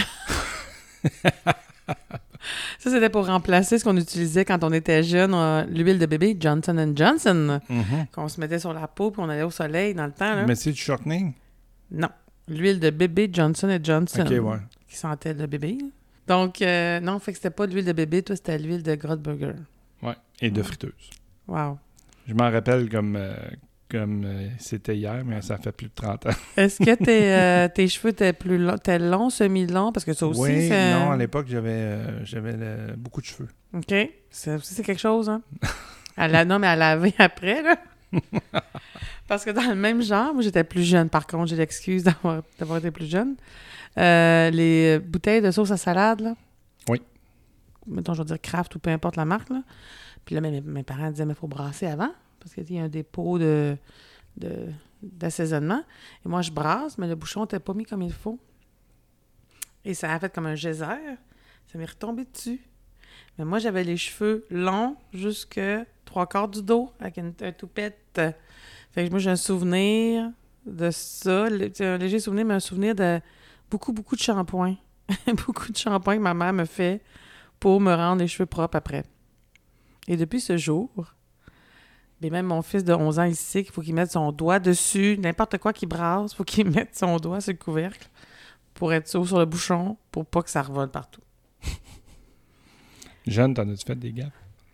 Ça, c'était pour remplacer ce qu'on utilisait quand on était jeune, euh, l'huile de bébé Johnson and Johnson, qu'on se mettait sur la peau puis on allait au soleil dans le temps. Là. Mais c'est du shortening? Non. L'huile de bébé Johnson and Johnson. OK, ouais. Qui sentait le bébé. là. Donc, euh, non, fait que c'était pas de l'huile de bébé, toi, c'était l'huile de Grottburger. Ouais. Et de Ouais. friteuse. Wow. Je m'en rappelle comme, euh, comme euh, c'était hier, mais ça fait plus de trente ans. Est-ce que tes, euh, tes cheveux étaient plus longs, étaient longs, semi-longs? Parce que ça aussi, oui, c'est... non, à l'époque, j'avais, euh, j'avais le- beaucoup de cheveux. OK. Ça aussi, c'est quelque chose, hein? À la... Non, mais à laver après, là. Parce que dans le même genre, moi, j'étais plus jeune, par contre. J'ai l'excuse d'avoir, d'avoir été plus jeune. Euh, les bouteilles de sauce à salade, là. Oui. Mettons, je vais dire Kraft ou peu importe la marque, là. Puis là, mes, mes parents disaient, mais il faut brasser avant. Parce qu'il y a un dépôt de, de, d'assaisonnement. Et moi, je brasse, mais le bouchon n'était pas mis comme il faut. Et ça a fait comme un geyser. Ça m'est retombé dessus. Mais moi, j'avais les cheveux longs jusque trois quarts du dos, avec une, un toupette. Fait que moi, j'ai un souvenir de ça. Le- un léger souvenir, mais un souvenir de beaucoup, beaucoup de shampoing. beaucoup de shampoing que ma mère me fait pour me rendre les cheveux propres après. Et depuis ce jour, mais même mon fils de onze ans ici, qu'il faut qu'il mette son doigt dessus, n'importe quoi qu'il brasse, il faut qu'il mette son doigt sur le couvercle pour être sûr sur le bouchon, pour pas que ça revole partout. Jeanne, t'en as-tu fait des gaffes?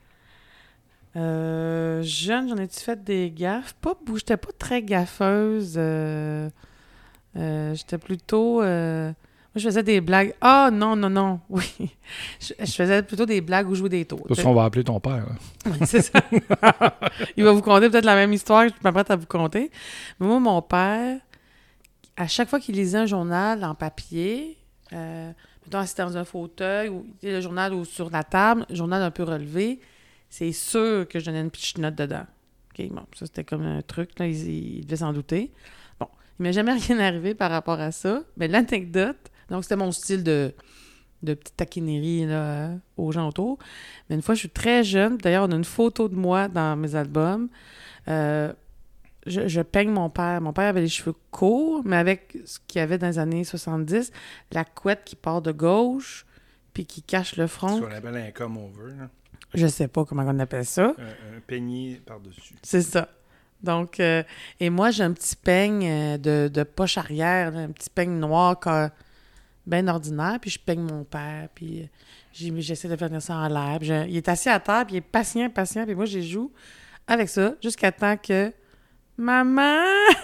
Euh, jeune, j'en ai-tu fait des gaffes? Pas, bou- j'étais pas très gaffeuse. euh, euh, j'étais plutôt... euh, moi, je faisais des blagues. Ah, non, non, non, oui. Je, je faisais plutôt des blagues où je jouais des tours. C'est ce qu'on va appeler ton père. Là. Oui, c'est ça. Il va vous conter peut-être la même histoire que je m'apprête à vous conter. Mais moi, mon père, à chaque fois qu'il lisait un journal en papier, euh, mettons assis dans un fauteuil, ou tu sais, le journal ou sur la table, le journal un peu relevé, c'est sûr que je donnais une petite note dedans. OK, bon, ça, c'était comme un truc, là, il, il devait s'en douter. Bon, il m'est jamais rien arrivé par rapport à ça. Mais l'anecdote, donc c'était mon style de... de petite taquinerie là, euh, aux gens autour. Mais une fois, je suis très jeune. D'ailleurs, on a une photo de moi dans mes albums. Euh, je, je peigne mon père. Mon père avait les cheveux courts, mais avec ce qu'il y avait dans les années soixante-dix, la couette qui part de gauche puis qui cache le front. Ce qu'on appelle un come over. Là. Je sais pas comment on appelle ça. Un, un peigné par-dessus. C'est ça. Donc, euh, et moi, j'ai un petit peigne euh, de, de poche arrière, là, un petit peigne noir que- bien ordinaire, puis je peigne mon père, puis euh, j'ai- j'essaie de faire ça en l'air. puis je- il est assis à terre, puis il est patient, patient, puis moi, j'y joue avec ça jusqu'à temps que « Maman!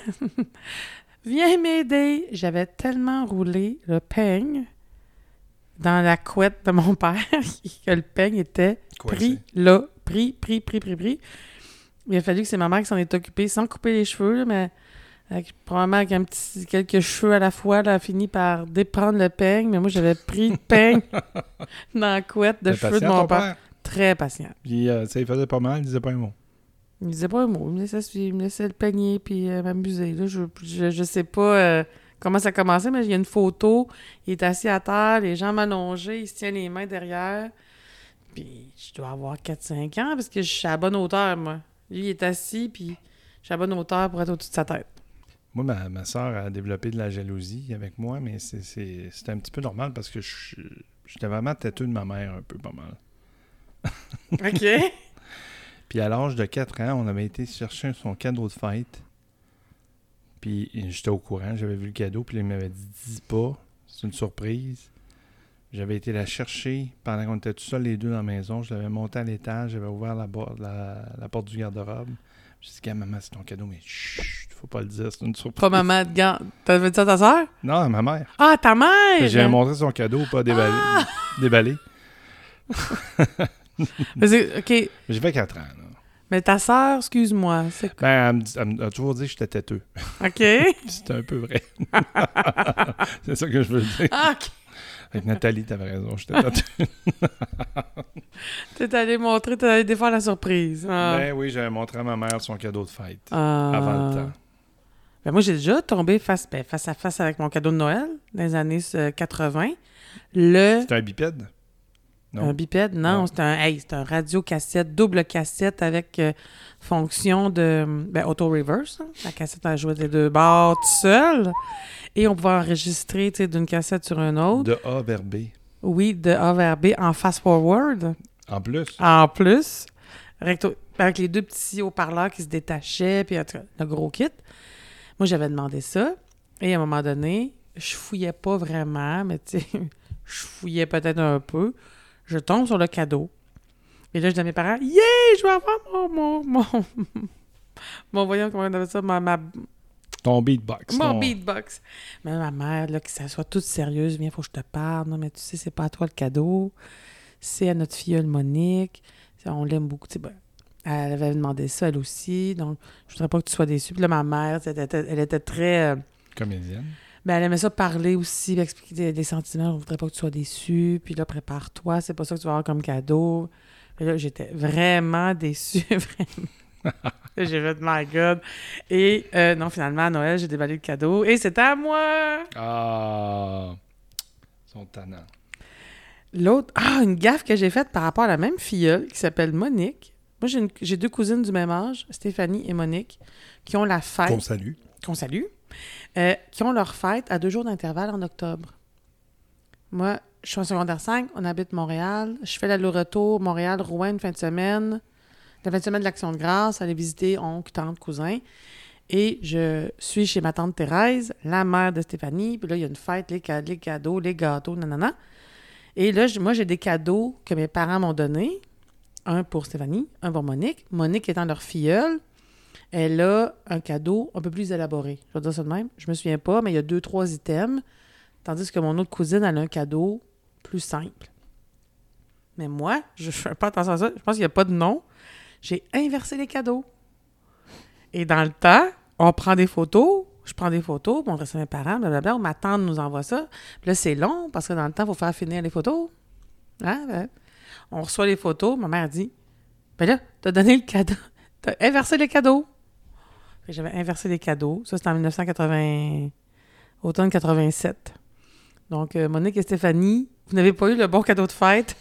Viens m'aider! » J'avais tellement roulé le peigne dans la couette de mon père que le peigne était Coincé. pris là, pris, pris, pris, pris, pris. Il a fallu que c'est ma mère qui s'en est occupée sans couper les cheveux, là, mais avec, probablement avec un petit, quelques cheveux à la fois, elle a fini par déprendre le peigne, mais moi, j'avais pris le peigne dans la couette de T'es cheveux de patient, mon ton père. père? Très patient. Puis, euh, ça, il faisait pas mal, il disait pas un mot. Il me disait pas un mot, il me laissait, il me laissait le peigner puis euh, m'amuser. Là, je, je, je sais pas euh, comment ça a commencé, mais il y a une photo, il est assis à terre, les jambes allongées, il se tient les mains derrière. Puis je dois avoir quatre cinq ans parce que je suis à la bonne hauteur, moi. Lui, il est assis, puis je suis à la bonne hauteur pour être au-dessus de sa tête. Moi, ma, ma soeur a développé de la jalousie avec moi, mais c'est, c'est, c'était un petit peu normal parce que je, j'étais vraiment têteux de ma mère, un peu, pas mal. OK. Puis à l'âge de quatre ans, on avait été chercher son cadeau de fête. Puis j'étais au courant, j'avais vu le cadeau, puis il m'avait dit « Dis pas, c'est une surprise ». J'avais été la chercher pendant qu'on était tout seuls les deux dans la maison. Je l'avais monté à l'étage, j'avais ouvert la, bo- la, la porte du garde-robe. J'ai dit « Maman, c'est ton cadeau, mais chut, faut pas le dire, c'est une surprise. » Pas maman de gants. T'avais dit ça à ta soeur? Non, à ma mère. Ah, ta mère! J'ai montré son cadeau, pas déballé. Ah! déballé. Mais c'est- OK. J'ai fait quatre ans, là. Mais ta soeur, excuse-moi, c'est quoi? Ben, elle me, dit- elle me a toujours dit que j'étais têteux. OK. Puis c'était un peu vrai. C'est ça que je veux dire. Ah, OK. Avec Nathalie, t'avais raison, j'étais têteux. T'es allé montrer, t'es allé défaire la surprise. Ah. Ben oui, j'avais montré à ma mère son cadeau de fête. Ah. Avant le temps. Ben moi, j'ai déjà tombé face, ben, face à face avec mon cadeau de Noël dans les années euh, quatre-vingts. Le... C'était un bipède? Non. Un bipède? Non, Non. c'est un, hey, c'est un radio-cassette, double cassette avec euh, fonction de ben, auto-reverse. Hein. La cassette, elle jouait des deux bords tout seul. Et on pouvait enregistrer tu sais, d'une cassette sur une autre. De A vers B. Oui, de A vers B en fast-forward. En plus. En plus, recto, avec les deux petits haut-parleurs qui se détachaient, puis en tout cas, le gros kit. Moi, j'avais demandé ça. Et à un moment donné, je fouillais pas vraiment, mais tu sais, je fouillais peut-être un peu. Je tombe sur le cadeau. Et là, je dis à mes parents, « Yeah! Je vais avoir mon... mon, mon, mon voyons, comment on appelle ça? Ma, ma, Ton beatbox. mon ton... beatbox. » Mais ma mère, là, que ça soit toute sérieuse, viens, faut que je te parle. Non, mais tu sais, c'est pas à toi le cadeau. C'est à notre filleule Monique. On l'aime beaucoup. Tu sais, ben, elle avait demandé ça, elle aussi. Donc, je voudrais pas que tu sois déçue. Puis là, ma mère, elle était, elle était très... Euh, Comédienne. Ben, elle aimait ça parler aussi, expliquer des, des sentiments. Je voudrais pas que tu sois déçu. Puis là, prépare-toi. C'est pas ça que tu vas avoir comme cadeau. Puis là, j'étais vraiment déçue. Vraiment. J'ai fait « My God ». Et euh, non, finalement, à Noël, j'ai déballé le cadeau. Et c'était à moi! Ah! Ils sont tannants. L'autre... Ah, une gaffe que j'ai faite par rapport à la même filleule qui s'appelle Monique. Moi, j'ai, une... j'ai deux cousines du même âge, Stéphanie et Monique, qui ont la fête... Qu'on salue. Qu'on salue. Euh, qui ont leur fête à deux jours d'intervalle en octobre. Moi, je suis en secondaire cinq, on habite Montréal. Je fais l'aller-retour Montréal-Rouen une fin de semaine. La fin de semaine de l'Action de grâce, aller visiter oncle, tante, cousin. Et je suis chez ma tante Thérèse, la mère de Stéphanie. Puis là, il y a une fête, les, ca- les cadeaux, les gâteaux, nanana. Et là, je- moi, j'ai des cadeaux que mes parents m'ont donnés. Un pour Stéphanie, un pour Monique. Monique étant leur filleule. Elle a un cadeau un peu plus élaboré. Je vais dire ça de même. Je me souviens pas, mais il y a deux, trois items. Tandis que mon autre cousine, elle a un cadeau plus simple. Mais moi, je fais pas attention à ça. Je pense qu'il n'y a pas de nom. J'ai inversé les cadeaux. Et dans le temps, on prend des photos. Je prends des photos, puis on reste à mes parents, blablabla. Ma tante nous envoie ça. Puis là, c'est long, parce que dans le temps, il faut faire finir les photos. Hein? Ben, on reçoit les photos. Ma mère dit, « Ben là, t'as donné le cadeau. T'as inversé les cadeaux. » J'avais inversé les cadeaux. Ça, c'était en dix-neuf cent quatre-vingts... automne quatre-vingt-sept. Donc, euh, Monique et Stéphanie, vous n'avez pas eu le bon cadeau de fête.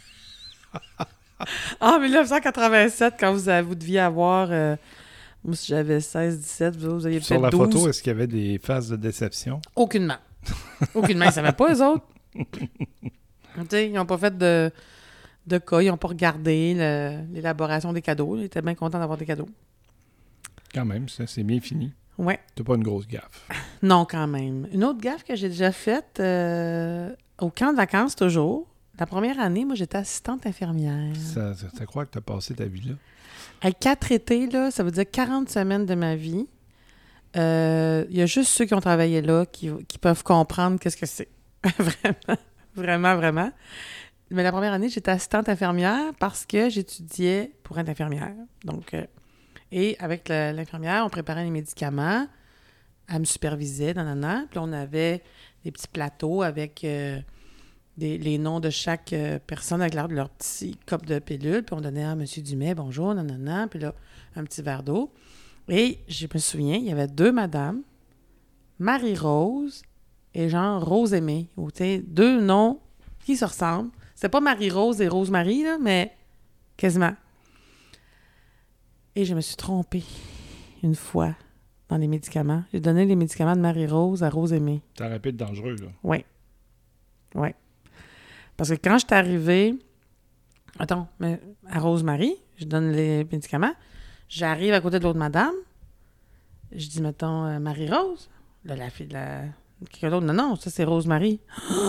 En dix-neuf cent quatre-vingt-sept, quand vous, avez, vous deviez avoir... Euh, moi, si j'avais seize dix-sept, vous, vous aviez Sur peut-être la douze. photo, est-ce qu'il y avait des phases de déception? Aucunement. Aucunement. Ils ne savaient pas, eux autres. Tu sais, ils n'ont pas fait de, de cas. Ils n'ont pas regardé le- l'élaboration des cadeaux. Ils étaient bien contents d'avoir des cadeaux. Quand même, ça, c'est bien fini. Ouais. C'est pas une grosse gaffe. Non, quand même. Une autre gaffe que j'ai déjà faite euh, au camp de vacances, toujours. La première année, moi, j'étais assistante infirmière. Ça, ça, ça croit que t'as passé ta vie là? Avec quatre étés, là, ça veut dire quarante semaines de ma vie. Il euh, y a juste ceux qui ont travaillé là qui, qui peuvent comprendre qu'est-ce que c'est. Vraiment, vraiment, vraiment. Mais la première année, j'étais assistante infirmière parce que j'étudiais pour être infirmière. Donc, euh, et avec le- l'infirmière, on préparait les médicaments. Elle me supervisait, nanana. Puis on avait des petits plateaux avec euh, des, les noms de chaque euh, personne avec leur, leur petit cop de pilule. Puis on donnait à M. Dumais, bonjour, nanana. Puis là, un petit verre d'eau. Et je me souviens, il y avait deux madames, Marie-Rose et genre Rose-Aimée. Ou tu sais, deux noms qui se ressemblent. C'était pas Marie-Rose et Rose-Marie, là, mais quasiment. Et je me suis trompée une fois dans les médicaments. J'ai donné les médicaments de Marie-Rose à Rose-Aimée. Ça aurait pu être dangereux, là. Oui. Oui. Parce que quand je suis arrivée... Attends, mais à Rose-Marie, je donne les médicaments. J'arrive à côté de l'autre madame. Je dis, mettons, euh, Marie-Rose. Là, la fille de la... Quelqu'un d'autre. Non, non, ça, c'est Rose-Marie.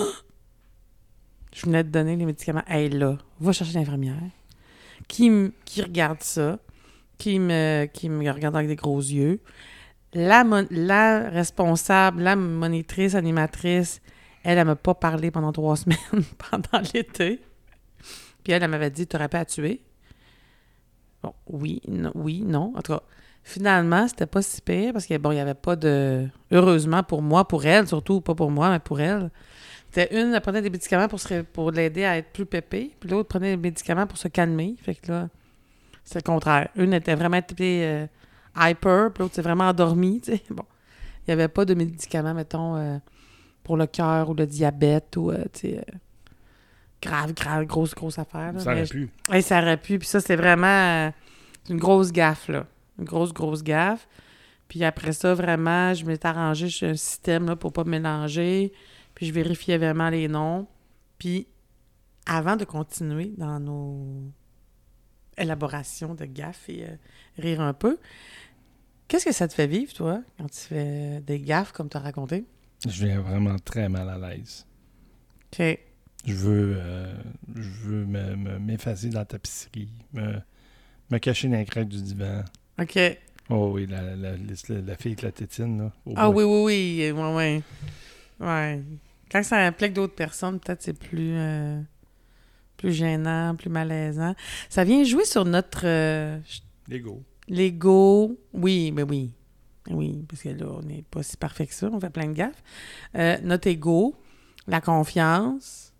Je venais de donner les médicaments. Elle, là, va chercher l'infirmière. Qui, m- qui regarde ça. Qui me, qui me regarde avec des gros yeux. La, mon- la responsable, la monitrice, animatrice, elle, elle m'a pas parlé pendant trois semaines pendant l'été. Puis elle, elle m'avait dit, t'aurais pas à tuer. Bon, oui, non, oui, non. En tout cas, finalement, c'était pas si pire parce que, bon, il n'y avait pas de... Heureusement pour moi, pour elle, surtout, pas pour moi, mais pour elle. C'était une, elle prenait des médicaments pour, se ré- pour l'aider à être plus pépée, puis l'autre prenait des médicaments pour se calmer. Fait que là, c'est le contraire. Une était vraiment typée euh, hyper, puis l'autre s'est vraiment endormie, tu sais. Bon, il n'y avait pas de médicaments, mettons, euh, pour le cœur ou le diabète ou, euh, tu sais, euh, grave, grave, grosse, grosse affaire. Là. Ça aurait Mais pu. je- hey, ça aurait pu, puis ça, c'était vraiment euh, une grosse gaffe, là. Une grosse, grosse gaffe. Puis après ça, vraiment, je m'étais arrangé, j'ai un système là, pour pas me mélanger. Puis je vérifiais vraiment les noms. Puis avant de continuer dans nos élaborations de gaffes et euh, rire un peu, qu'est-ce que ça te fait vivre, toi, quand tu fais des gaffes comme tu as raconté? Je viens vraiment très mal à l'aise. OK. Je veux, euh, je veux me, me- m'effacer dans la tapisserie, me, me cacher dans les craques du divan. OK. Oh oui, la, la, la, la fille avec la tétine, là. Oh Ah boy. oui, oui, oui. Ouais, ouais. Ouais. Quand ça implique d'autres personnes, peut-être c'est plus, euh, plus gênant, plus malaisant. Ça vient jouer sur notre euh, L'ego. l'ego. Oui, mais oui. Oui, parce que là, on n'est pas si parfait que ça. On fait plein de gaffes. Euh, notre ego, la confiance,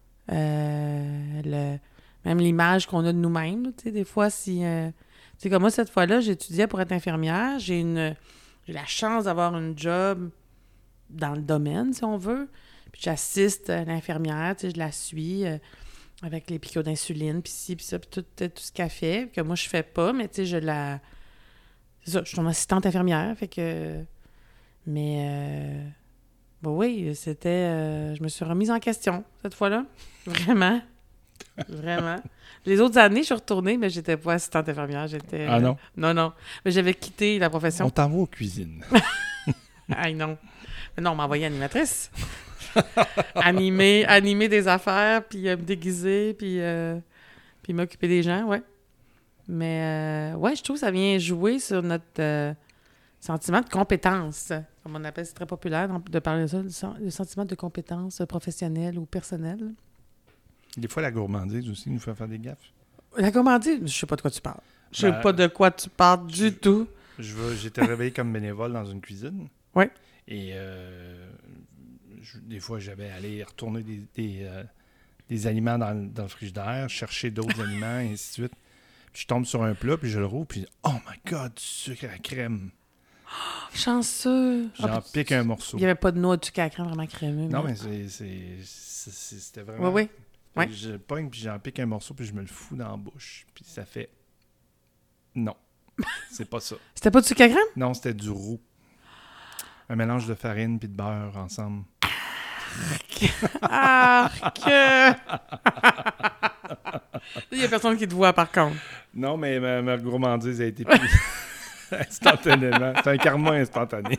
euh, le, même l'image qu'on a de nous-mêmes. Tu sais, des fois, si... euh, tu sais, comme moi, cette fois-là, j'étudiais pour être infirmière. J'ai une j'ai la chance d'avoir une job dans le domaine, si on veut. Puis j'assiste à l'infirmière, tu sais, je la suis euh, avec les piqûres d'insuline, puis ci, puis ça, puis tout, tout ce qu'elle fait, que moi, je fais pas, mais tu sais, je la... C'est ça, je suis ton assistante infirmière, fait que... Mais... Euh... Bah oui, c'était... euh, Je me suis remise en question, cette fois-là. Vraiment. Vraiment. Les autres années, je suis retournée, mais j'étais pas assistante infirmière, j'étais... Ah non? Non, non. Mais j'avais quitté la profession. On t'envoie aux cuisines. Aïe, non. Mais non, on m'a envoyé animatrice. animer, animer des affaires, puis euh, me déguiser, puis, euh, puis m'occuper des gens, ouais. Mais, euh, ouais, je trouve que ça vient jouer sur notre euh, sentiment de compétence. Comme on appelle, c'est très populaire de parler de ça, le, sen- le sentiment de compétence professionnelle ou personnelle. Des fois, la gourmandise aussi nous fait faire des gaffes. La gourmandise, je sais pas de quoi tu parles. Je sais Ben, pas de quoi tu parles du je- tout. Je veux, j'étais réveillé comme bénévole dans une cuisine. Ouais. Et euh, je- des fois, j'avais allé retourner des, des, euh, des aliments dans, le- dans le frigidaire, chercher d'autres aliments, et ainsi de suite. Puis je tombe sur un plat, puis je le rouvre, puis oh my God, du sucre à crème. Chanceux. J'en Ah, pique un morceau. il y avait pas de noix de sucre à la crème vraiment crémeux. Non, mais c'est, c'est, c'est- c'est- c'était vraiment... Oui, oui. Fait Ouais. que Je le pogne, puis j'en pique un morceau, puis je me le fous dans la bouche. Puis ça fait... Non, c'est pas ça. C'était pas du sucre à crème? Non, c'était du roux. Un mélange de farine puis de beurre ensemble. Arc! Il y a personne qui te voit, par contre. Non, mais ma, ma gourmandise a été prise instantanément. C'est un karma instantané.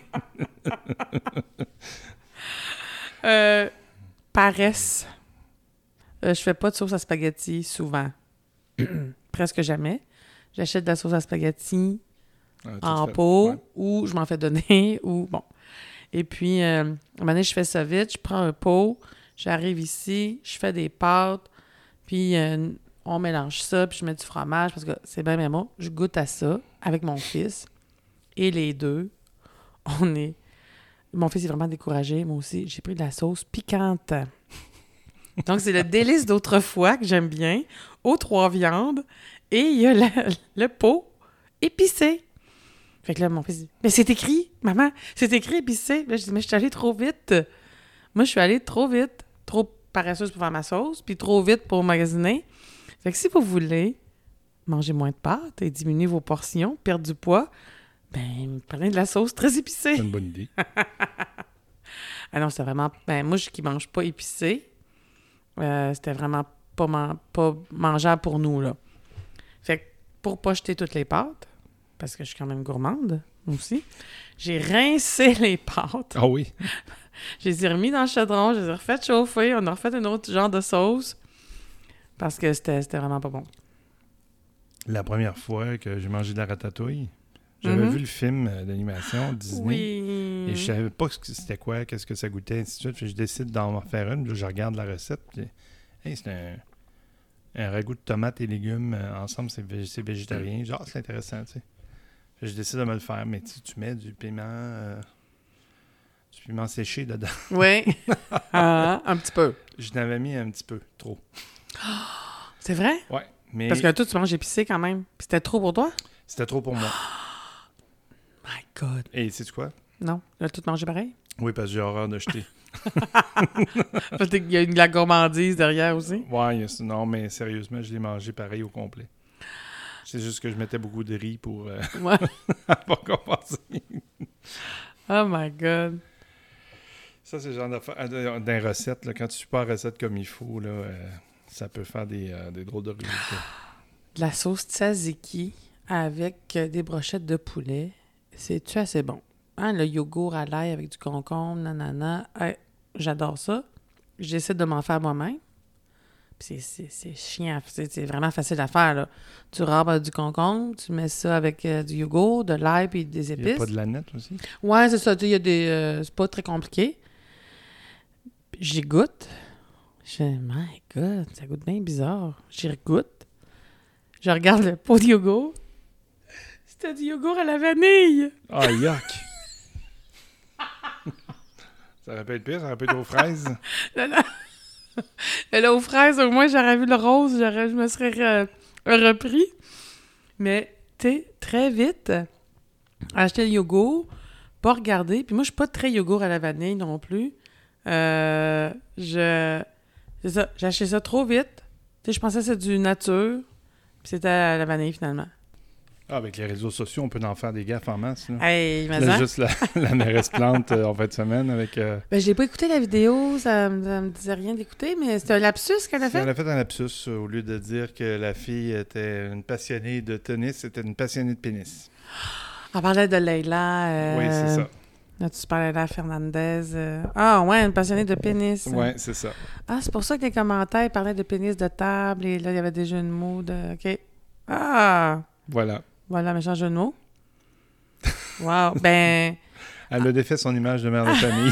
Euh, paresse. Euh, je fais pas de sauce à spaghetti souvent. Presque jamais. J'achète de la sauce à spaghetti Ah, tu en te fais- pot ouais. ou je m'en fais donner ou bon. Et puis, euh, à un moment donné, je fais ça vite. Je prends un pot, j'arrive ici, je fais des pâtes, puis euh, on mélange ça, puis je mets du fromage parce que c'est bien mais moi. Je goûte à ça avec mon fils. Et les deux, on est... Mon fils est vraiment découragé, moi aussi. J'ai pris de la sauce piquante. Donc, c'est le délice d'autrefois que j'aime bien, aux trois viandes, et il y a le, le pot épicé. Fait que là, mon fils dit « Mais c'est écrit, maman, c'est écrit épicé. » Là, je dis « Mais je suis allée trop vite. Moi, je suis allée trop vite, trop paresseuse pour faire ma sauce, puis trop vite pour magasiner. Fait que si vous voulez manger moins de pâtes et diminuer vos portions, perdre du poids, ben, prenez de la sauce très épicée. » C'est une bonne idée. Ah non, c'était vraiment... Ben, moi, je qui mange pas épicé, euh, c'était vraiment pas, man- pas mangeable pour nous, là. Fait que pour pas jeter toutes les pâtes, parce que je suis quand même gourmande, moi aussi, j'ai rincé les pâtes. Ah oui? Je les ai remis dans le chaudron, je les ai refait chauffer, on a refait un autre genre de sauce, parce que c'était, c'était vraiment pas bon. La première fois que j'ai mangé de la ratatouille, j'avais Mhm. vu le film euh, d'animation Disney. Oui. Et je savais pas ce que c'était quoi, qu'est-ce que ça goûtait, ainsi de suite. Puis je décide d'en faire une. Puis là, je regarde la recette. Puis, hey, c'est un, un ragoût de tomates et légumes euh, ensemble, c'est, vég- c'est végétarien. Genre, c'est intéressant, tu sais. Puis je décide de me le faire. Mais tu, tu mets du piment, euh, du piment séché dedans. Oui. Ah, un petit peu. Je n'avais mis un petit peu, trop. C'est vrai? Ouais, mais Parce que toi, tu manges épicé quand même. Puis c'était trop pour toi? c'était trop pour moi. My God. Et sais-tu quoi? Non, tu as tout mangé pareil? Oui, parce que j'ai horreur de jeter. Parce qu'il y a une, de la gourmandise derrière aussi. Ouais, yes, non, mais sérieusement, je l'ai mangé pareil au complet. C'est juste que je mettais beaucoup de riz pour, euh, Ouais. pour compenser. Oh my God. Ça, c'est le genre d'affaire euh, d'un recette. Là, quand tu suis pas la recette comme il faut, là, euh, ça peut faire des, euh, des drôles de résultats. De la sauce tzatziki avec euh, des brochettes de poulet. C'est-tu assez bon? Hein, le yogourt à l'ail avec du concombre, nanana. Hey, j'adore ça. J'essaie de m'en faire moi-même. Puis c'est, c'est, c'est chiant. C'est, c'est vraiment facile à faire, là. Tu râpes du concombre, tu mets ça avec euh, du yogourt, de l'ail puis des Il n'y a épices. pas de l'aneth aussi? Ouais, c'est ça. Tu sais, il y a des... euh, c'est pas très compliqué. J'y goûte. Je fais, my God, ça goûte bien bizarre. J'y goûte. Je regarde le pot de yogourt. C'était du yogourt à la vanille. Ah, yuck! Ça aurait pu être pire, ça aurait pu être aux fraises. Là, là, là, aux fraises, au moins, j'aurais vu le rose, j'aurais, je me serais re- repris. Mais, tu sais, très vite, acheter le yogourt, pas regarder. Puis moi, je suis pas très yogourt à la vanille non plus. Euh, je... C'est ça, j'ai acheté ça trop vite. Tu sais, je pensais que c'était du nature. Puis c'était à la vanille, finalement. Ah, avec les réseaux sociaux, on peut en faire des gaffes en masse. Là. Hey, mais Là, ça. juste la, la mairesse plante euh, en fin de semaine avec... Euh... Ben, je l'ai pas écouté la vidéo, ça, me- ça me disait rien d'écouter, mais c'était un lapsus qu'elle a fait. Elle a fait un lapsus euh, au lieu de dire que la fille était une passionnée de tennis, c'était une passionnée de pénis. On parlait de Leila. Euh... Oui, c'est ça. Là, tu parlais de la Fernandez. euh. Ah, ouais, une passionnée de pénis. Oui, c'est ça. Ah, c'est pour ça que les commentaires parlaient de pénis de table et là, il y avait des jeux de mots de. OK. Ah! Voilà. Voilà, méchant jeu de mots. Wow. Ben, Elle a défait son image de mère de famille.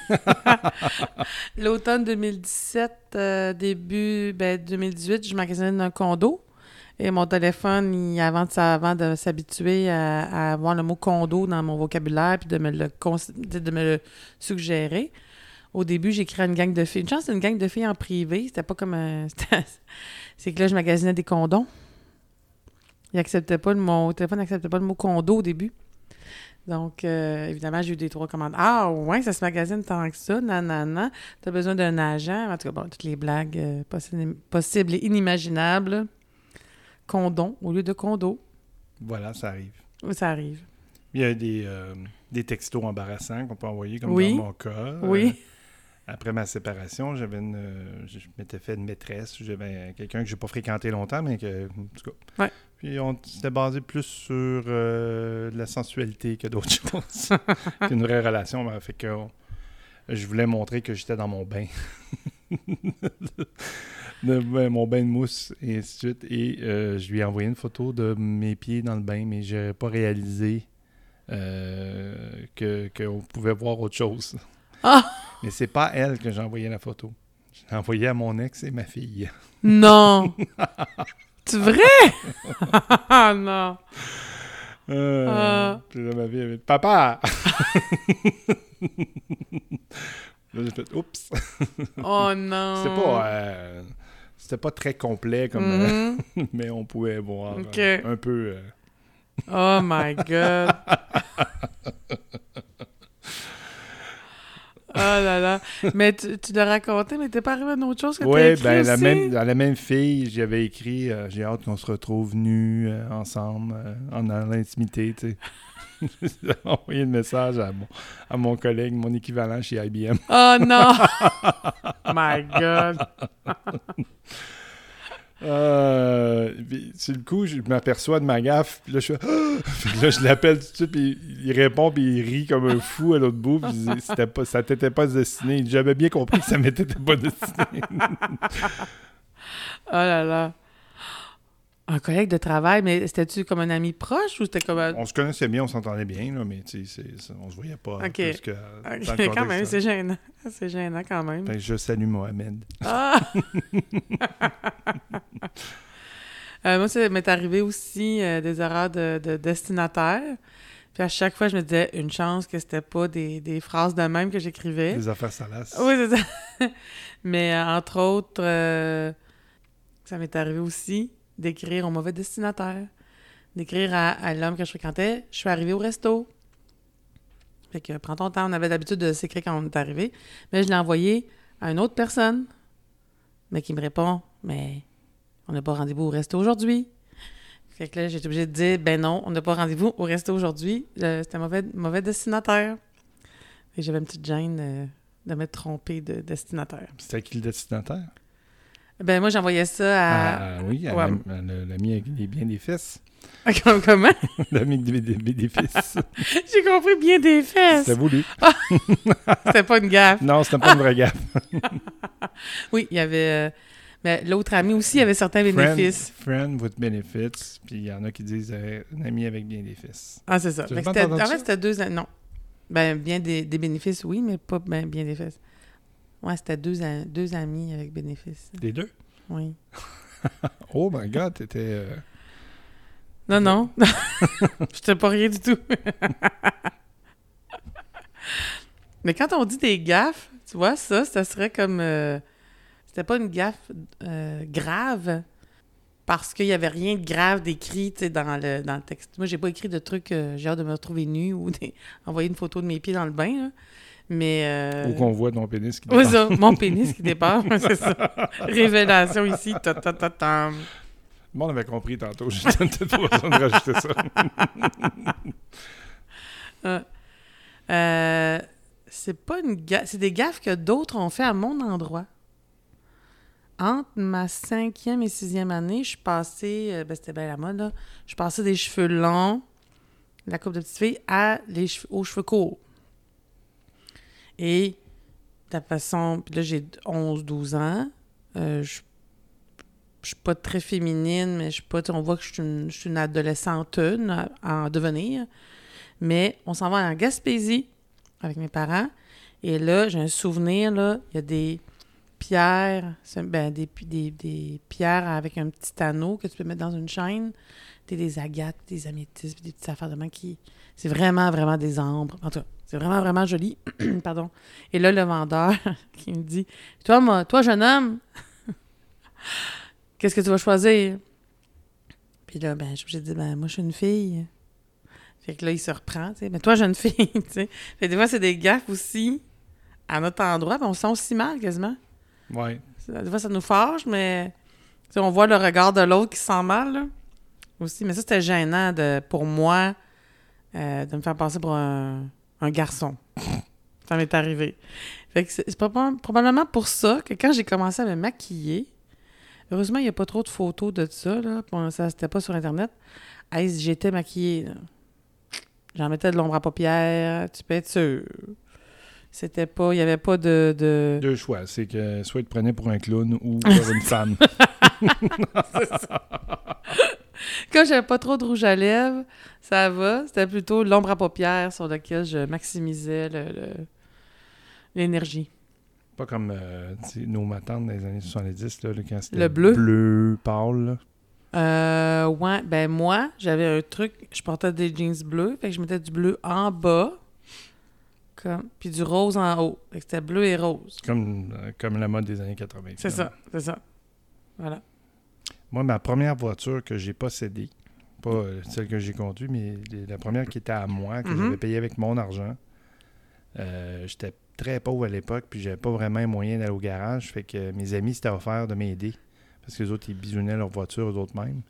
l'automne deux mille dix-sept, euh, début ben, deux mille dix-huit, je magasinais dans un condo. Et mon téléphone, il, avant, de, ça- avant de s'habituer à, à avoir le mot condo dans mon vocabulaire puis de me le, cons- de, de me le suggérer, au début, j'ai créé une gang de filles. Une chance, c'est une gang de filles en privé. C'était pas comme un... c'était- c'est que là, je magasinais des condoms. Il acceptait pas le mot... Mon téléphone n'acceptait pas le mot condo au début. Donc, euh, évidemment, j'ai eu des trois commandes. Ah, ouais, ça se magasine tant que ça. Nanana. T'as besoin d'un agent. En tout cas, bon, toutes les blagues euh, possi- possibles et inimaginables. Condom au lieu de condo. Voilà, ça arrive. Ça arrive. Il y a des, euh, des textos embarrassants qu'on peut envoyer, comme Oui. dans mon cas. Oui. Euh, après ma séparation, j'avais une, euh, je m'étais fait une maîtresse. J'avais quelqu'un que j'ai pas fréquenté longtemps, mais que, en tout cas. Ouais. Puis on s'était basé plus sur euh, de la sensualité que d'autres choses. Qu'une vraie relation. Ben, fait que on- je voulais montrer que j'étais dans mon bain. de, ben, mon bain de mousse, et ainsi de suite. Et euh, je lui ai envoyé une photo de mes pieds dans le bain, mais je n'avais pas réalisé euh, que, qu'on pouvait voir autre chose. Ah! Mais c'est pas elle que j'ai envoyé la photo. Je l'ai envoyé à mon ex et ma fille. Non! C'est vrai? Ah non! Euh, Ah. Puis là, ma fille avait dit « Papa! » Là, j'ai fait « Oups! » Oh non! C'était pas... euh, c'était pas très complet, comme, euh, Mhm. mais on pouvait voir Ok. euh, un peu... euh, Oh my God! Oh là là! Mais tu, tu l'as raconté, mais t'es pas arrivé à une autre chose que t'as Oui, écrit ben la aussi? même, dans la même fille, j'avais écrit euh, j'ai hâte qu'on se retrouve nus euh, ensemble, euh, en dans l'intimité, tu sais. J'ai envoyé le message à mon, à mon collègue, mon équivalent chez I B M. Oh non! My God! Euh, puis, sur le coup, je m'aperçois de ma gaffe, puis là, je fais Puis là, je l'appelle tout de suite, puis il répond, puis il rit comme un fou à l'autre bout, puis je dis, c'était pas, ça t'était pas destiné. Il dit, j'avais bien compris que ça m'était pas destiné. Oh là là! Un collègue de travail, mais c'était-tu comme un ami proche ou c'était comme un... On se connaissait bien, on s'entendait bien, là, mais tu sais, c'est- c'est- on se voyait pas Ok. plus que Ok, dans le quand contexte, même, là. c'est gênant. C'est gênant quand même. Fait que je salue Mohamed. Ah! Euh, moi, ça m'est arrivé aussi euh, des erreurs de, de destinataire. Puis à chaque fois, je me disais, une chance que c'était pas des, des phrases de même que j'écrivais. Des affaires salaces. Oui, c'est ça. Mais euh, entre autres, euh, ça m'est arrivé aussi d'écrire au mauvais destinataire. D'écrire à, à l'homme que je fréquentais, je suis arrivée au resto. Fait que prends ton temps, on avait l'habitude de s'écrire quand on est arrivé. Mais je l'ai envoyé à une autre personne, mais qui me répond, mais on n'a pas rendez-vous au resto aujourd'hui. Fait que là, j'étais obligée de dire, ben non, on n'a pas rendez-vous au resto aujourd'hui. Euh, c'était un mauvais, mauvais destinataire. Et j'avais une petite gêne euh, de m'être trompée de destinataire. C'était qui le destinataire? Ben moi, j'envoyais ça à... Ah, oui, à ouais. l'ami, à l'ami avec les biens des fils. Comment? L'ami des, des, des fils. J'ai compris bien des fesses. C'était voulu. C'était pas une gaffe. Non, c'était pas une vraie gaffe. Oui, il y avait... Euh, mais l'autre ami aussi avait certains bénéfices. Friend, friend with benefits. Puis il y en a qui disent euh, un ami avec bien des fils. Ah, c'est ça. Tu Fait as que c'était, en ça? fait, c'était deux... Non. Ben, bien des, des bénéfices, oui, mais pas ben, bien des fesses. Ouais, c'était deux, a- deux amis avec bénéfices. Les deux? Oui. Oh my God, t'étais... Euh... Non, non. J'étais pas rien du tout. Mais quand on dit des gaffes, tu vois, ça, ça serait comme... Euh, c'était pas une gaffe euh, grave, parce qu'il y avait rien de grave d'écrit, tu sais, dans le, dans le texte. Moi, j'ai pas écrit de trucs, euh, j'ai hâte de me retrouver nue ou des, envoyer une photo de mes pieds dans le bain, là. Mais... Euh... Ou qu'on voit ton pénis qui Oui, dépasse. ça, mon pénis qui dépasse, c'est ça. Révélation ici, ta ta ta ta. Bon, on avait compris tantôt, j'ai peut-être pas besoin de rajouter ça. euh, euh, c'est pas une gaffe, c'est des gaffes que d'autres ont fait à mon endroit. Entre ma cinquième et sixième année, je suis passée, euh, ben c'était bien la mode, là, je suis passée des cheveux longs, la coupe de petite fille, à les cheveux, aux cheveux courts. Et de la façon, puis là j'ai onze douze ans, euh, je je suis pas très féminine, mais je suis pas, on voit que je suis une, je suis une adolescente une, en devenir. Mais on s'en va en Gaspésie avec mes parents. Et là, j'ai un souvenir, là, il y a des pierres, ben, des, des, des pierres avec un petit anneau que tu peux mettre dans une chaîne. T'as des agates, des améthystes, des petites affaires de main qui... C'est vraiment, vraiment des ambres. En tout cas, c'est vraiment, vraiment joli. Pardon. Et là, le vendeur qui me dit, « Toi, moi, toi, jeune homme... » Qu'est-ce que tu vas choisir? Puis là, ben, j'ai dit, ben, moi, je suis une fille. Fait que là, il se reprend, tu sais. Mais toi, jeune fille, tu sais. Fait que des fois, c'est des gaffes aussi à notre endroit, puis on se sent aussi mal quasiment. Oui. Des fois, ça nous fâche, mais tu sais, on voit le regard de l'autre qui se sent mal, là. Aussi. Mais ça, c'était gênant de, pour moi euh, de me faire passer pour un, un garçon. Ça m'est arrivé. Fait que c'est, c'est proba- probablement pour ça que quand j'ai commencé à me maquiller, heureusement, il n'y a pas trop de photos de ça, là. Bon, ça, c'était pas sur Internet. Hey, j'étais maquillée, là. J'en mettais de l'ombre à paupières, tu peux être sûr. C'était pas... Il n'y avait pas de, de... Deux choix. C'est que soit il te prenait pour un clown ou pour une femme. C'est ça. Quand j'avais pas trop de rouge à lèvres, ça va. C'était plutôt l'ombre à paupières sur laquelle je maximisais le, le... l'énergie. Pas comme euh, nos matantes dans les années soixante-dix, là, là, quand c'était Le bleu. bleu pâle. Là. Euh, ouais, ben moi, j'avais un truc, je portais des jeans bleus, fait que je mettais du bleu en bas, comme, puis du rose en haut. Fait que c'était bleu et rose. Comme, euh, comme la mode des années quatre-vingts. C'est ça, c'est ça. Voilà. Moi, ma première voiture que j'ai possédée, pas euh, celle que j'ai conduite, mais la première qui était à moi, que Mm-hmm. j'avais payée avec mon argent, euh, j'étais très pauvre à l'époque, puis j'avais pas vraiment les moyens d'aller au garage. Fait que mes amis s'étaient offerts de m'aider. Parce que les autres, ils bisounaient leur voiture eux autres mêmes.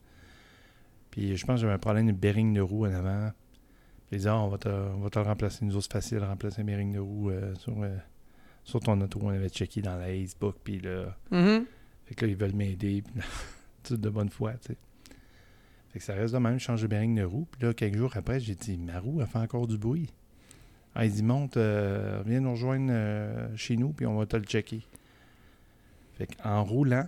Puis je pense que j'avais un problème de bearing de roue en avant. Puis ils disaient, ah, on va te, on va te le remplacer. Nous autres, c'est facile de remplacer un bearing de roue euh, sur, euh, sur ton auto. On avait checké dans la Acebook. Puis là, Mm-hmm. fait que là, ils veulent m'aider. Puis tout de bonne foi, tu sais. Fait que ça reste de même, je change de bearing de roue. Puis là, quelques jours après, j'ai dit, ma roue, elle fait encore du bruit. Ah, il dit, monte, euh, viens nous rejoindre euh, chez nous, puis on va te le checker. Fait qu'en roulant,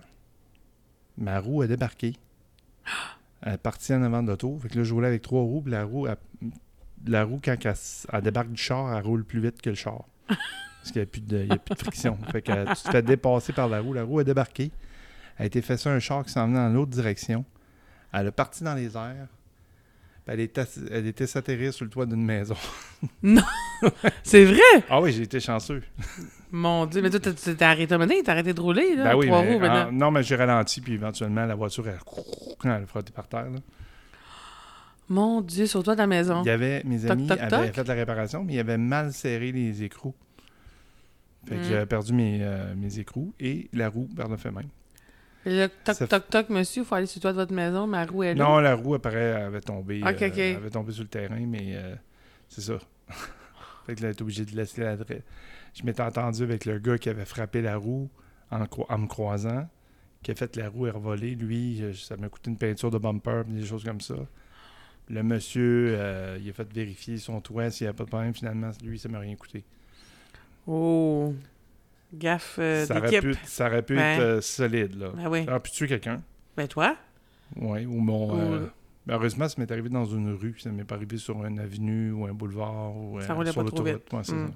ma roue a débarqué. Elle est partie en avant de l'auto. Fait que là, je roulais avec trois roues, puis la roue, elle, la roue quand elle, elle débarque du char, elle roule plus vite que le char. Parce qu'il n'y a, plus de, il y a plus de friction. Fait que euh, tu te fais dépasser par la roue. La roue a débarqué. Elle a été fait ça un char qui s'en venait dans l'autre direction. Elle est partie dans les airs. Elle était, elle était s'atterrir sur le toit d'une maison. Non! C'est vrai? Ah oui, j'ai été chanceux. Mon Dieu, mais toi, t'as- tu t'es arrêté, t'as arrêté de rouler, là, Ben oui, trois mais, roues, maintenant. ah, non, mais j'ai ralenti, puis éventuellement, la voiture, elle, elle a frotté par terre. Là. Mon Dieu, sur toi de la maison. Il y avait, mes Toc, amis toc, avaient toc. fait la réparation, mais ils avaient mal serré les écrous. Fait que Mm. j'avais perdu mes, euh, mes écrous et la roue par le fait même. Et là, toc, Ça- toc, toc, monsieur, il faut aller sur toi de votre maison, ma roue est là. Non, la roue, après, elle avait tombé, Ok, euh, ok. elle avait tombé sur le terrain, mais euh, c'est ça. Fait que là, j'étais obligé de laisser la dra- Je m'étais entendu avec le gars qui avait frappé la roue en, cro- en me croisant, qui a fait la roue est revolée. Lui, euh, ça m'a coûté une peinture de bumper, pis des choses comme ça. Le monsieur, euh, il a fait vérifier son toit s'il n'y avait pas de problème. Finalement, lui, ça m'a rien coûté. Oh! Gaffe euh, ça, aurait d'équipe. pu, ça aurait pu Ouais. être euh, solide, là. Ben oui. Ça aurait pu tuer quelqu'un. Ben toi? Oui, ou mon... Ou- euh, ben, heureusement, ça m'est arrivé dans une rue, ça m'est pas arrivé sur une avenue ou un boulevard ou Ça euh, roulait sur pas trop l'autoroute. vite. Ouais, c'est Mm. ça.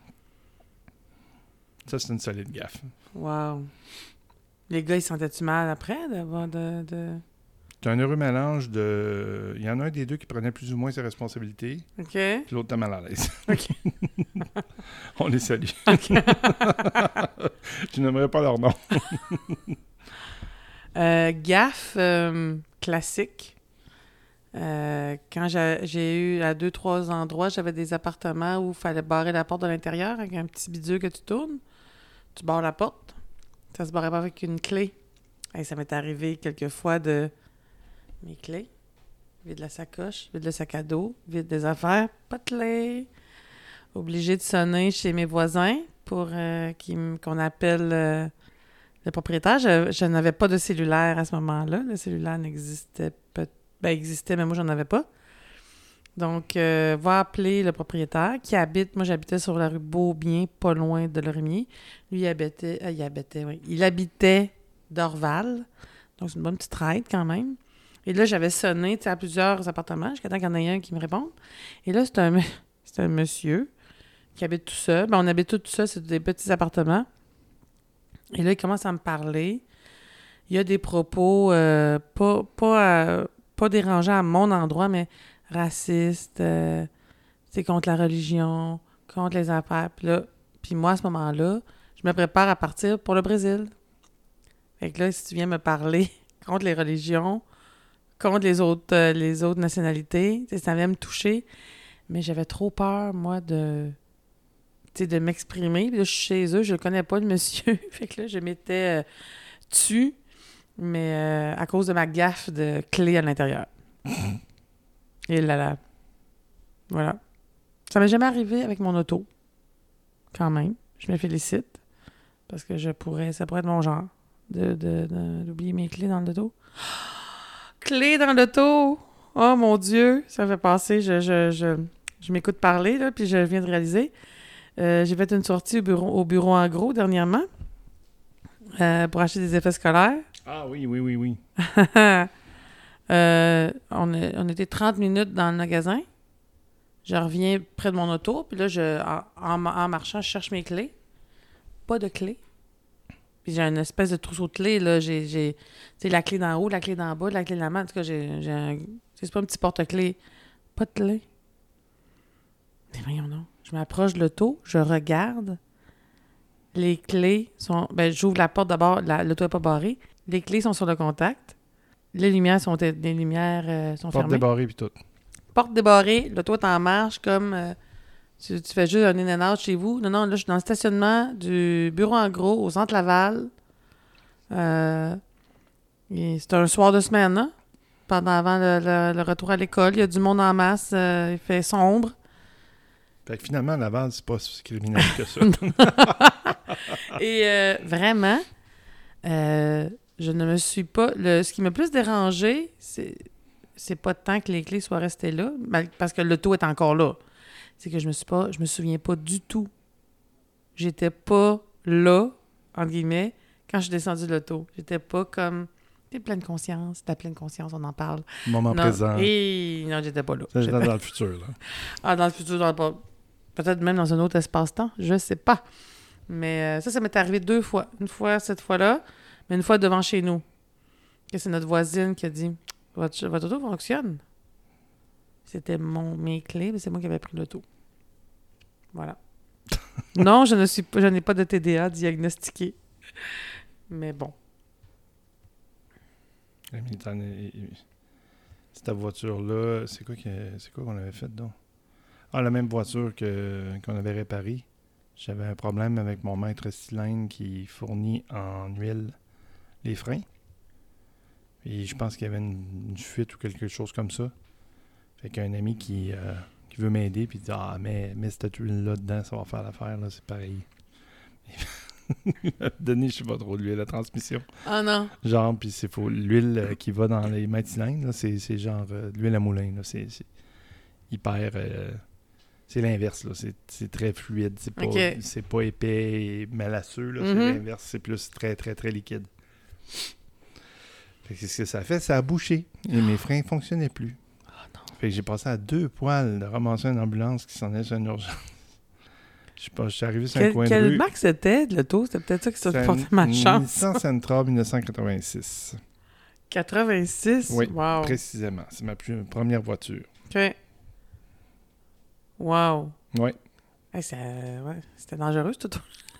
Ça, c'est une solide gaffe. Wow. Les gars, ils sentaient-tu mal après d'avoir de... de... C'est un heureux mélange de... Il y en a un des deux qui prenait plus ou moins ses responsabilités, OK? puis l'autre était mal à l'aise. OK. On les salue. Je n'aimerais pas leur nom. Euh, gaffe euh, classique. Euh, quand j'ai, j'ai eu à deux, trois endroits, j'avais des appartements où il fallait barrer la porte de l'intérieur avec un petit bidule que tu tournes. Tu barres la porte. Ça se barrait pas avec une clé. Hey, ça m'est arrivé quelques fois de... Mes clés. Vide la sacoche, vide le sac à dos, vide des affaires. Pas de clé. Obligé de sonner chez mes voisins pour euh, qu'ils m- qu'on appelle... euh, le propriétaire. Je, je n'avais pas de cellulaire à ce moment-là. Le cellulaire n'existait pas. Ben, existait, mais moi, j'en avais pas. Donc, euh, va appeler le propriétaire qui habite... Moi, j'habitais sur la rue Beaubien, pas loin de Lorimier. Lui, il habitait... ah, il habitait, oui. Il habitait d'Orval. Donc, c'est une bonne petite ride, quand même. Et là, j'avais sonné, tu sais, à plusieurs appartements, jusqu'à temps qu'il y en ait un qui me réponde. Et là, c'est un, c'est un monsieur qui habite tout seul. Ben, on habite tous tout seul, c'est des petits appartements. Et là, il commence à me parler. Il y a des propos euh, pas, pas, euh, pas dérangeants à mon endroit, mais racistes, euh, c'est contre la religion, contre les affaires. Puis là, puis moi, à ce moment-là, je me prépare à partir pour le Brésil. Fait que là, si tu viens me parler contre les religions, contre les autres, euh, les autres nationalités, tu sais, ça vient me toucher. Mais j'avais trop peur, moi, de... tu sais, de m'exprimer. Puis là, je suis chez eux, je le connais pas, le monsieur. Fait que là, je m'étais euh, tue, mais euh, à cause de ma gaffe de clé à l'intérieur. Et là là. Voilà. Ça m'est jamais arrivé avec mon auto. Quand même. Je me félicite. Parce que je pourrais... Ça pourrait être mon genre. De, de, de- d'oublier mes clés dans l'auto. Clés dans l'auto! Oh mon Dieu! Ça me fait passer. Je, je, je, je m'écoute parler, là, puis je viens de réaliser. Euh, j'ai fait une sortie au bureau, au bureau en gros dernièrement euh, pour acheter des effets scolaires. Ah oui, oui, oui, oui. euh, on, a, on était trente minutes dans le magasin. Je reviens près de mon auto, puis là, je, en, en, en marchant, je cherche mes clés. Pas de clés. Puis j'ai une espèce de trousseau de clés, là. J'ai, j'ai tu sais, la clé d'en haut, la clé d'en bas, la clé de la main. En tout cas, j'ai, j'ai un... C'est pas un petit porte-clés. Pas de clés. Mais voyons non. Je m'approche de l'auto, je regarde. Les clés sont... Ben, j'ouvre la porte d'abord, la, l'auto n'est pas barrée. Les clés sont sur le contact. Les lumières sont, les lumières, euh, sont Porte fermées. débarrée puis tout. Porte débarrée, l'auto est en marche comme... euh, tu, tu fais juste un in and out chez vous. Non, non, là, je suis dans le stationnement du bureau en gros au centre Laval. Euh, et c'est un soir de semaine, hein? Pendant avant le, le- le retour à l'école. Il y a du monde en masse. euh, il fait sombre. Fait que finalement, Laval, c'est pas si criminel que ça. Et euh, vraiment, euh, je ne me suis pas... Le, ce qui m'a plus dérangé, c'est, c'est pas tant que les clés soient restées là, mal- parce que l'auto est encore là. C'est que je me suis pas... Je me souviens pas du tout. J'étais pas là, entre guillemets, quand je suis descendue de l'auto. J'étais pas comme... T'es pleine conscience. T'as pleine conscience, on en parle. Moment non, présent. Et non, j'étais pas là. Ça, c'est J'étais- dans, dans le futur, là. Ah, dans le futur, dans le... peut-être même dans un autre espace-temps, je sais pas. Mais euh, ça, ça m'est arrivé deux fois. Une fois cette fois-là, mais une fois devant chez nous. Que c'est notre voisine qui a dit « Votre, votre auto fonctionne. » c'était mon, mes clés, mais c'est moi qui avais pris l'auto. Voilà. Non, je ne suis pas, je n'ai pas de T D A diagnostiqué. Mais bon. C'est ta voiture-là, c'est quoi, que, c'est quoi qu'on avait fait donc? Ah, la même voiture que, qu'on avait réparée. J'avais un problème avec mon maître cylindre qui fournit en huile les freins. Et je pense qu'il y avait une, une fuite ou quelque chose comme ça. Fait qu'un ami qui, euh, qui veut m'aider, puis il dit « Ah, mets, mets cette huile-là dedans, ça va faire l'affaire, là, c'est pareil. » Il m'a donné, je sais pas trop, l'huile à transmission. Ah oh non! Genre, puis c'est faux. L'huile euh, qui va dans les maîtres cylindres, là, c'est, c'est genre euh, de l'huile à moulin. Là, c'est, c'est hyper... Euh, c'est l'inverse, là. C'est, c'est très fluide. C'est pas, okay. c'est pas épais et malasseux, là. Mm-hmm. C'est l'inverse. C'est plus très, très, très liquide. Fait que ce que ça a fait, ça a bouché. Et mes freins ne fonctionnaient plus. Oh non. Fait que j'ai passé à deux poils de ramasser une ambulance qui s'en est sur une urgence. Je sais pas, je suis arrivé sur Quel, un coin quelle de rue. Quelle marque c'était, de l'auto? C'était peut-être ça qui s'est porté ma chance. Nissan Sentra dix-neuf cent quatre-vingt-six. quatre-vingt-six? Oui, wow. Précisément. C'est ma plus, première voiture. OK. Wow. Oui. Hey, ça, ouais, c'était dangereux, ce auto.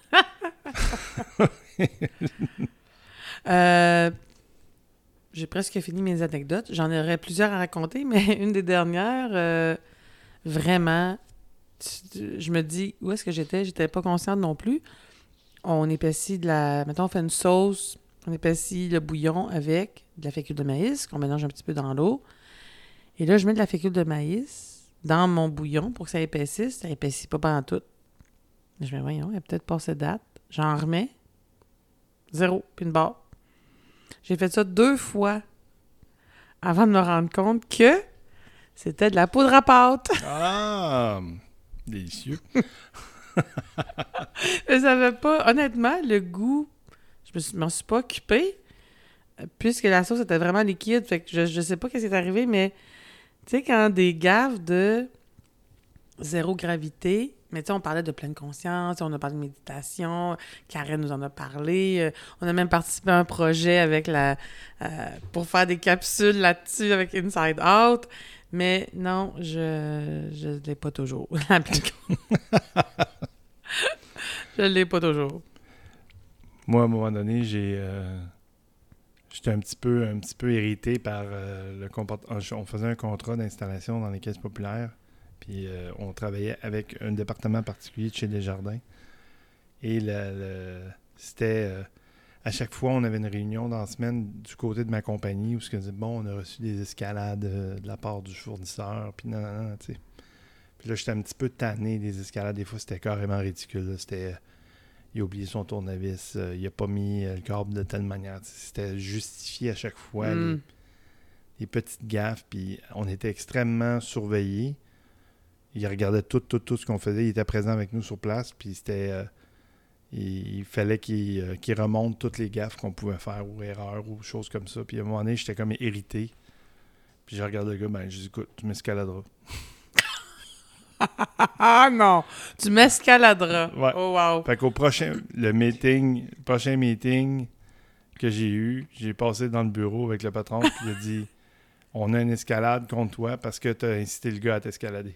euh, j'ai presque fini mes anecdotes. J'en aurais plusieurs à raconter, mais une des dernières, euh, vraiment... Je me dis, où est-ce que j'étais? J'étais pas consciente non plus. On épaissit de la... Mettons, on fait une sauce, on épaissit le bouillon avec de la fécule de maïs, qu'on mélange un petit peu dans l'eau. Et là, je mets de la fécule de maïs dans mon bouillon pour que ça épaississe. Ça épaissit pas pendant tout. Je me dis, voyons, il a peut-être passé date. J'en remets. Zéro, puis une barre. J'ai fait ça deux fois avant de me rendre compte que c'était de la poudre à pâte. Ah! Délicieux. Je savais pas. Honnêtement, le goût, je me suis, m'en suis pas occupée, puisque la sauce était vraiment liquide. Fait que je, je sais pas ce qui est arrivé, mais tu sais, quand des gaffes de zéro gravité, mais tu sais, on parlait de pleine conscience, on a parlé de méditation, Karen nous en a parlé, euh, on a même participé à un projet avec la euh, pour faire des capsules là-dessus avec Inside Out. Mais non, je je l'ai pas toujours. Je l'ai pas toujours. Moi, à un moment donné, j'ai euh, j'étais un petit peu un petit peu irrité par euh, le comportement. On faisait un contrat d'installation dans les caisses populaires, puis euh, on travaillait avec un département particulier de chez Desjardins. Et le, le, c'était... Euh, à chaque fois, on avait une réunion dans la semaine du côté de ma compagnie où je disais, bon, on a reçu des escalades euh, de la part du fournisseur, puis non, non, non, tu sais. Puis là, j'étais un petit peu tanné des escalades. Des fois, c'était carrément ridicule. Là. C'était, euh, il a oublié son tournevis, euh, il a pas mis euh, le câble de telle manière. T'sais. C'était justifié à chaque fois, mm. les, les petites gaffes, puis on était extrêmement surveillés. Il regardait tout, tout, tout ce qu'on faisait. Il était présent avec nous sur place, puis c'était... Euh, il fallait qu'il, euh, qu'il remonte toutes les gaffes qu'on pouvait faire, ou erreurs, ou choses comme ça. Puis à un moment donné, j'étais comme irrité. Puis je regarde le gars, ben je dis, écoute, tu m'escaladeras. Ah non! Tu m'escaladeras. Ouais. Oh wow! Fait qu'au prochain, le meeting, le prochain meeting que j'ai eu, j'ai passé dans le bureau avec le patron, puis il a dit, on a une escalade contre toi parce que tu as incité le gars à t'escalader.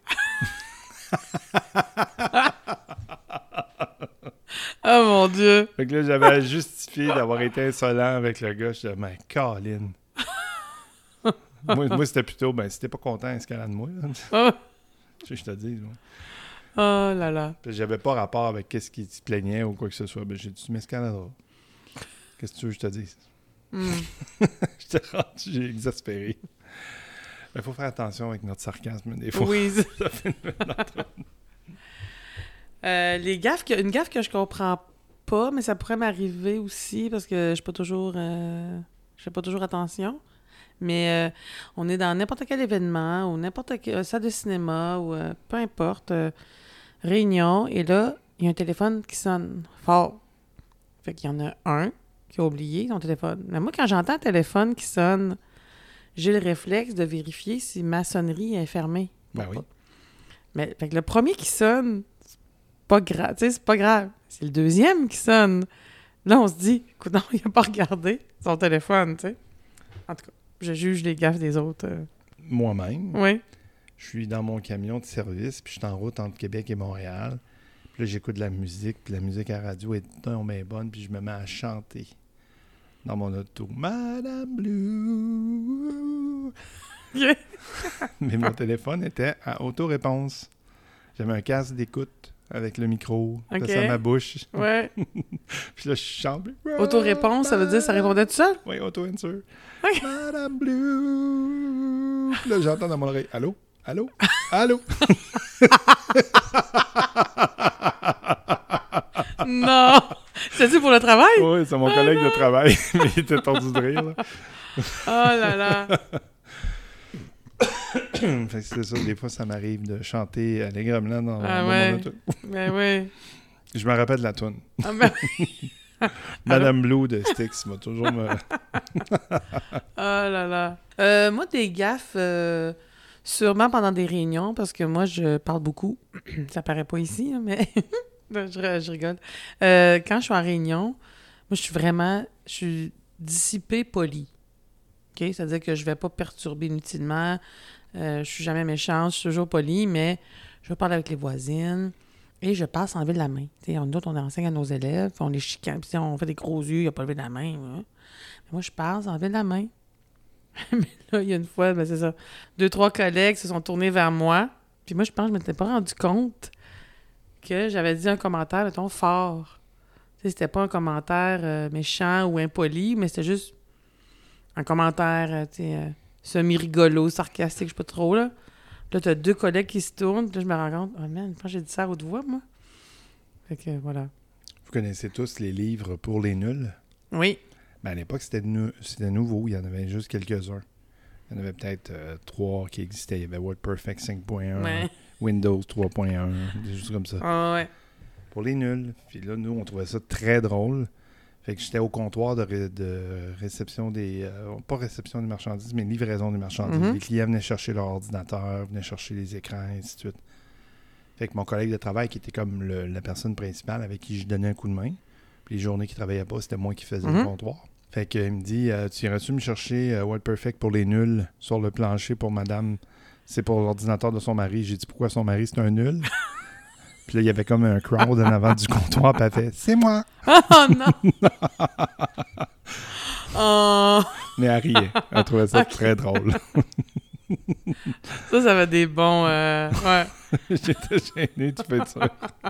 Oh mon Dieu! Fait que là, j'avais justifié d'avoir été insolent avec le gars. Je disais, ben, Colin. moi, moi, c'était plutôt, ben, si t'es pas content, escalade-moi. Oh. Tu sais, je te dis. Moi. Oh là là. Puis j'avais pas rapport avec qu'est-ce qui te plaignait ou quoi que ce soit. Ben, j'ai dit, tu m'escaladeras. Qu'est-ce que tu veux que je te dise? Mm. J'étais rendu, j'ai exaspéré. Il faut faire attention avec notre sarcasme des fois. Oui. Ça fait Euh, les gaffes, que, une gaffe que je comprends pas, mais ça pourrait m'arriver aussi parce que je suis pas toujours, euh, je fais pas toujours attention. Mais euh, on est dans n'importe quel événement ou n'importe quelle salle de cinéma ou euh, peu importe, euh, réunion, et là, il y a un téléphone qui sonne fort. Fait qu'il y en a un qui a oublié son téléphone. Mais moi, quand j'entends un téléphone qui sonne, j'ai le réflexe de vérifier si ma sonnerie est fermée. Ben oui. Mais fait que le premier qui sonne, pas grave, tu sais, c'est pas grave. C'est le deuxième qui sonne. Là, on se dit, écoute, non, il a pas regardé son téléphone, tu sais. En tout cas, je juge les gaffes des autres. Euh... Moi-même. Oui. Je suis dans mon camion de service, puis je suis en route entre Québec et Montréal. Puis là, j'écoute de la musique, puis la musique à la radio est tombée bonne, puis je me mets à chanter dans mon auto. Madame Blue! Mais mon téléphone était à autoréponse. J'avais un casque d'écoute avec le micro, OK. ça à ma bouche. Ouais. Puis là, je chante. Autoréponse, ça veut dire que ça répondait tout seul? Oui, auto-answer. OK. Madame Blue! Puis là, j'entends dans mon oreille. Allô? Allô? Allô? Non! C'est-tu pour le travail? Oui, c'est mon collègue de travail. Mais il était tordu de rire. Là. Oh là là! Fait que c'est ça, des fois, ça m'arrive de chanter allègrement dans, Ah dans ouais. mon auto. Ben oui. Je me rappelle de la toune. Ah ben... Madame Blue de Styx m'a toujours... Me... Oh là là. Euh, moi, des gaffes, euh, sûrement pendant des réunions, parce que moi, je parle beaucoup. Ça paraît pas ici, hein, mais je, je rigole. Euh, quand je suis en réunion, moi, je suis vraiment... Je suis dissipée, polie. OK? C'est-à-dire que je vais pas perturber inutilement. Euh, je suis jamais méchante, je suis toujours polie, mais je vais parler avec les voisines. Et je passe sans lever de la main. T'sais, nous autres, on enseigne à nos élèves, on les chicane, puis on fait des gros yeux, il n'y a pas levé de la main. Hein. Mais moi, je passe sans lever de la main. Mais là, il y a une fois, ben c'est ça, deux, trois collègues se sont tournés vers moi, puis moi, je pense que je ne m'étais pas rendu compte que j'avais dit un commentaire, mettons, fort. T'sais, c'était pas un commentaire euh, méchant ou impoli, mais c'était juste un commentaire, euh, tu sais, euh, semi-rigolo, sarcastique, je sais pas trop, là. Là, t'as deux collègues qui se tournent, puis là, je me rends compte, oh man, je pense que j'ai dit ça à haute voix, moi. Fait que, voilà. Vous connaissez tous les livres pour les nuls? Oui. Ben, à l'époque, c'était, nou- c'était nouveau. Il y en avait juste quelques-uns. Il y en avait peut-être euh, trois qui existaient. Il y avait WordPerfect cinq point un, Ouais. Windows trois point un, des choses comme ça. Ah ouais. Pour les nuls. Puis là, nous, on trouvait ça très drôle. Fait que j'étais au comptoir de, ré- de réception des... euh, pas réception des marchandises, mais livraison des marchandises. Mhm. Les clients venaient chercher leur ordinateur, venaient chercher les écrans, et ainsi de suite. Fait que mon collègue de travail, qui était comme le- la personne principale avec qui je donnais un coup de main, puis les journées qu'il travaillait pas, c'était moi qui faisais Mhm. le comptoir. Fait qu'il me dit, euh, tu irais-tu me chercher euh, WordPerfect pour les nuls sur le plancher pour madame? C'est pour l'ordinateur de son mari. J'ai dit, pourquoi son mari, c'est un nul? Puis là, il y avait comme un crowd en avant du comptoir, puis elle fait, c'est moi! Oh non! Oh! Mais elle riait. Elle trouvait ça Ok. très drôle. Ça, ça va des bons... euh, Ouais. J'étais gêné, tu peux être sûr.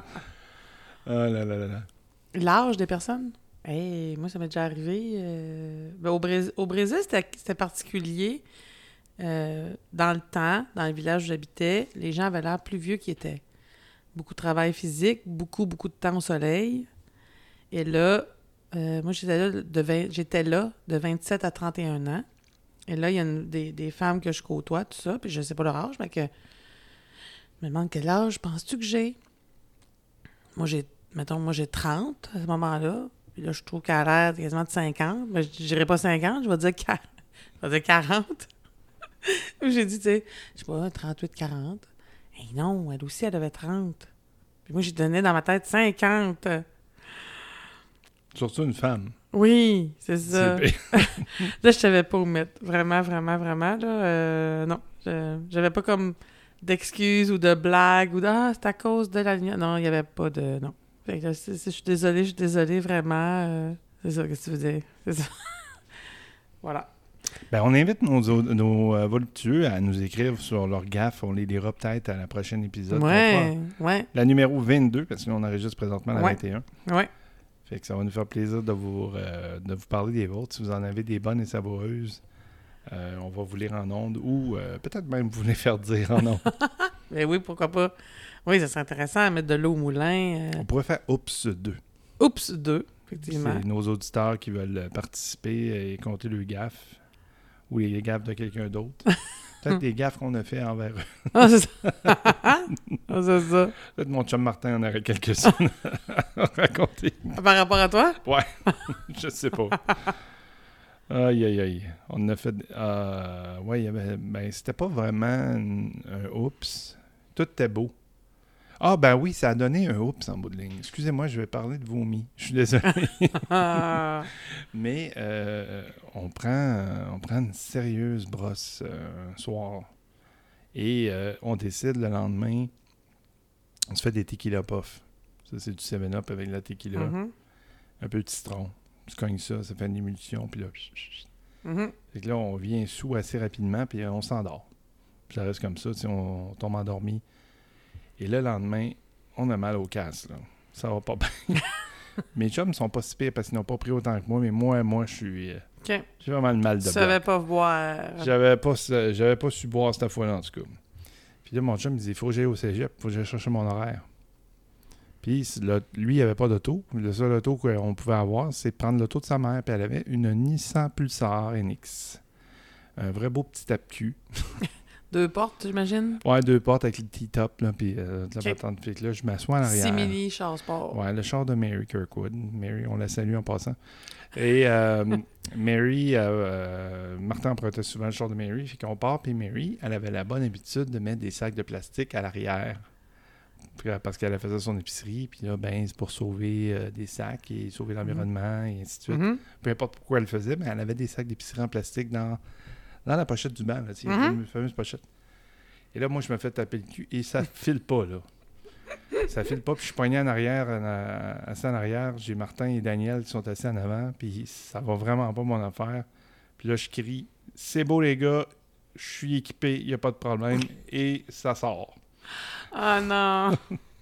Oh là là là là. L'âge des personnes? Hey, moi, ça m'est déjà arrivé. euh, ben, au, Brésil, au Brésil, c'était, c'était particulier. Euh, dans le temps, dans le village où j'habitais, les gens avaient l'air plus vieux qu'ils étaient. Beaucoup de travail physique, beaucoup, beaucoup de temps au soleil. Et là, euh, moi, j'étais là, de vingt, j'étais là de vingt-sept à trente et un ans. Et là, il y a une- des, des femmes que je côtoie, tout ça, puis je sais pas leur âge, mais que je me demande quel âge penses-tu que j'ai? Moi, j'ai, mettons, moi, j'ai trente à ce moment-là. Puis là, je trouve qu'elle a l'air quasiment de cinquante. Mais je dirais pas cinquante, je vais dire, quar- je vais dire quarante. J'ai dit, tu sais, je sais pas, trente-huit, quarante. Et non, elle aussi, elle avait trente. Puis moi, j'ai donné dans ma tête cinquante. Surtout une femme. Oui, c'est ça. C'est pire. Là, je savais pas où mettre. Vraiment, vraiment, vraiment. Là, euh, non, je- j'avais pas comme d'excuses ou de blagues ou de « Ah, c'est à cause de la lumière. » Non, il y avait pas de... Non. Fait que c'est- c'est- je suis désolée, je suis désolée, vraiment. euh, c'est ça, qu'est-ce que tu veux dire? C'est ça. Voilà. Ben, on invite nos, au- nos euh, voluptueux à nous écrire sur leur gaffe. On les lira peut-être à la prochaine épisode. On Ouais, fera ouais, la numéro vingt-deux, parce que là, on enregistre présentement la Ouais. vingt et un. ouais. Fait que ça va nous faire plaisir de vous, euh, de vous parler des vôtres. Si vous en avez des bonnes et savoureuses, euh, on va vous lire en ondes ou euh, peut-être même vous les faire dire en ondes. Ben oui, pourquoi pas. Oui, ça serait intéressant à mettre de l'eau au moulin. euh. On pourrait faire Oups deux. Oups, deux, effectivement. C'est nos auditeurs qui veulent participer et compter le gaffe ou les gaffes de quelqu'un d'autre. Peut-être des gaffes qu'on a fait envers eux. Ah, c'est ça. Ah, c'est ça. Peut-être mon chum Martin en aurait quelques-unes à raconter. Par rapport à toi? Ouais, je sais pas. Aïe, aïe, aïe. On a fait... Euh, ouais, il y avait... Ben, c'était pas vraiment un, un oups. Tout était beau. Ah, ben oui, ça a donné un oups en bout de ligne. Excusez-moi, je vais parler de vomi. Je suis désolé. Ah. Mais euh, on, prend, on prend une sérieuse brosse euh, un soir. Et euh, on décide le lendemain, on se fait des tequila puffs. Ça, c'est du seven up avec la tequila. Mm-hmm. Un peu de citron. Tu cognes ça, ça fait une émulsion, puis là... Mm-hmm. Fait que là, on vient sous assez rapidement, puis on s'endort. Puis ça reste comme ça, on, on tombe endormi. Et le lendemain, on a mal au casse, là. Ça va pas bien. Mes chums ne sont pas si pires parce qu'ils n'ont pas pris autant que moi, mais moi, moi, je suis... Euh, OK. J'ai vraiment le mal de Tu boire. savais pas boire. J'avais pas, j'avais pas su boire cette fois-là, en tout cas. Puis là, mon chum, il dit, il faut que j'aille au cégep, il faut que j'aille chercher mon horaire. Puis là, lui, il avait pas d'auto. Le seul auto qu'on pouvait avoir, c'est de prendre l'auto de sa mère. Puis elle avait une Nissan Pulsar N X. Un vrai beau petit tape-cul. Deux portes, j'imagine? Ouais, deux portes avec le T-top, là, puis euh, de la Okay. patente. Fait que là, je m'assois en arrière. Simili, char sport. Ouais, le char de Mary Kirkwood. Mary, on la salue en passant. Et euh, Mary, euh, euh, Martin empruntait souvent le char de Mary. Fait qu'on part, puis Mary, elle avait la bonne habitude de mettre des sacs de plastique à l'arrière. Parce qu'elle faisait son épicerie, puis là, ben, c'est pour sauver euh, des sacs et sauver l'environnement, et ainsi de suite. Mm-hmm. Peu importe pourquoi elle le faisait, mais elle avait des sacs d'épicerie en plastique dans, dans la pochette du banc, là, tu sais, Mm-hmm. la fameuse pochette. Et là, moi, je me fais taper le cul, et ça file pas, là. Ça file pas, puis je suis poigné en arrière, en, assis en arrière. J'ai Martin et Daniel qui sont assis en avant, puis ça va vraiment pas mon affaire. Puis là, je crie « C'est beau, les gars, je suis équipé, il n'y a pas de problème. » Et ça sort. Ah non!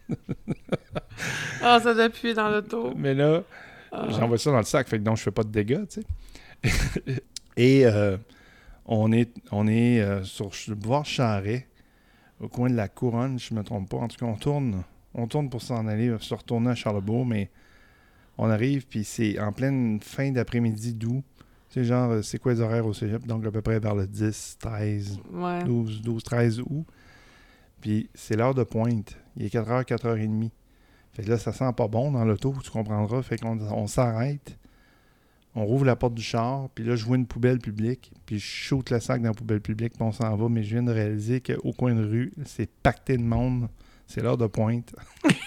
Ah, oh, ça doit puer dans l'auto. Mais là, Ah. j'envoie ça dans le sac, fait que donc je fais pas de dégâts, tu sais. Et euh, on est, on est euh, sur le boulevard Charret, au coin de la Couronne, je me trompe pas. En tout cas, on tourne, on tourne pour s'en aller, se retourner à Charlebourg, mais on arrive, puis c'est en pleine fin d'après-midi d'août. Tu sais, genre, c'est quoi les horaires au cégep? Donc, à peu près vers le dix, treize, Ouais. douze, douze, treize août. Puis c'est l'heure de pointe. Il est quatre heures, quatre heures trente. Fait que là, ça sent pas bon dans l'auto, tu comprendras. Fait qu'on on s'arrête, on rouvre la porte du char, puis là, je vois une poubelle publique, puis je shoot le sac dans la poubelle publique, puis on s'en va. Mais je viens de réaliser qu'au coin de rue, c'est pacté de monde. C'est l'heure de pointe.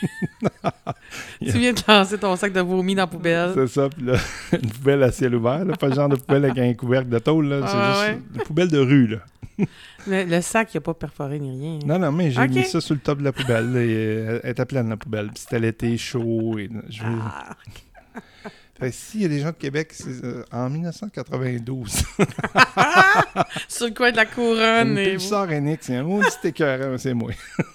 Tu viens de lancer ton sac de vomi dans la poubelle. C'est ça, puis là, une poubelle à ciel ouvert, là, pas le genre de poubelle avec un couvercle de tôle, là. C'est Ah, juste ouais. une poubelle de rue, là. Le, le sac, il n'a pas perforé ni rien. Non, non, mais j'ai Ok. mis ça sur le top de la poubelle. Là, et, euh, elle était pleine, la poubelle. Puis c'était l'été chaud. Et, je veux... Ah. Fait que s'il y a des gens de Québec, c'est euh, en dix-neuf cent quatre-vingt-douze. Sur le coin de la couronne. Une et... Pulsar N X, il y a un mot petit écœurant, c'est moi.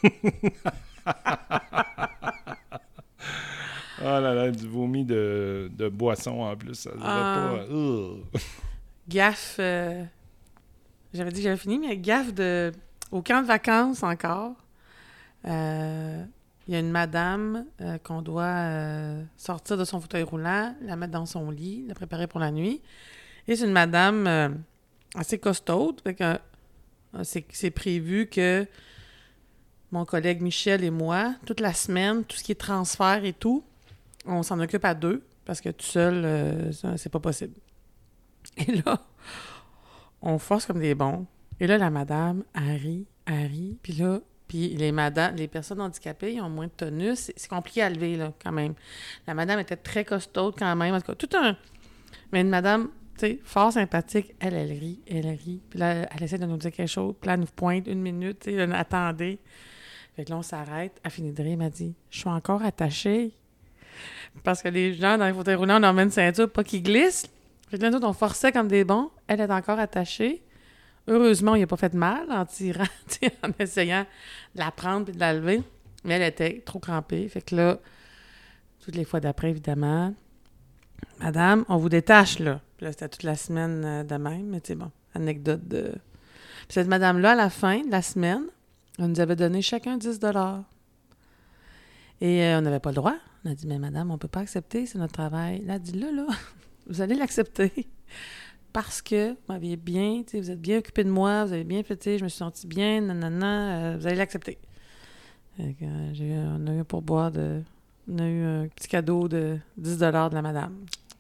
Oh là là, du vomi de, de boisson en plus. Ça se Ah. va pas. Ugh. Gaffe. euh, J'avais dit que j'avais fini, mais gaffe de. Au camp de vacances encore. euh, Il y a une madame euh, qu'on doit euh, sortir de son fauteuil roulant, la mettre dans son lit, la préparer pour la nuit. Et c'est une madame euh, assez costaude. Fait que, euh, c'est, c'est prévu que mon collègue Michel et moi, toute la semaine, tout ce qui est transfert et tout, on s'en occupe à deux, parce que tout seul, euh, ça, c'est pas possible. Et là, on force comme des bons. Et là, la madame, elle rit, elle rit, puis là, puis les madames, les personnes handicapées, ils ont moins de tonus. C'est, c'est compliqué à lever, là, quand même. La madame était très costaude, quand même. En tout cas, tout un... Mais une madame, tu sais, fort sympathique, elle, elle rit, elle rit. Puis là, elle essaie de nous dire quelque chose. Puis là, elle nous pointe une minute, tu sais, elle, attendez. Fait que là, on s'arrête. Elle finit de rire, elle m'a dit « Je suis encore attachée. » Parce que les gens, dans les fauteuils roulants, on emmène une ceinture pour pas qu'ils glissent. Fait que là, nous, on forçait comme des bons. Elle est encore attachée. Heureusement, il n'a pas fait de mal en tirant, en essayant de la prendre et de la lever. Mais elle était trop crampée. Fait que là, toutes les fois d'après, évidemment, « Madame, on vous détache, là. » Puis là, c'était toute la semaine euh, de même. Mais tu sais, bon, anecdote de... Puis cette madame-là, à la fin de la semaine, elle nous avait donné chacun dix dollars. Et euh, on n'avait pas le droit. On a dit, mais madame, on ne peut pas accepter, c'est notre travail. Elle a dit, là, là, vous allez l'accepter. Parce que vous m'aviez bien, vous êtes bien occupé de moi, vous avez bien fait, je me suis sentie bien, nanana, euh, vous allez l'accepter. Fait que, euh, j'ai, on a eu un pourboire de... On a eu un petit cadeau de dix dollars de la madame.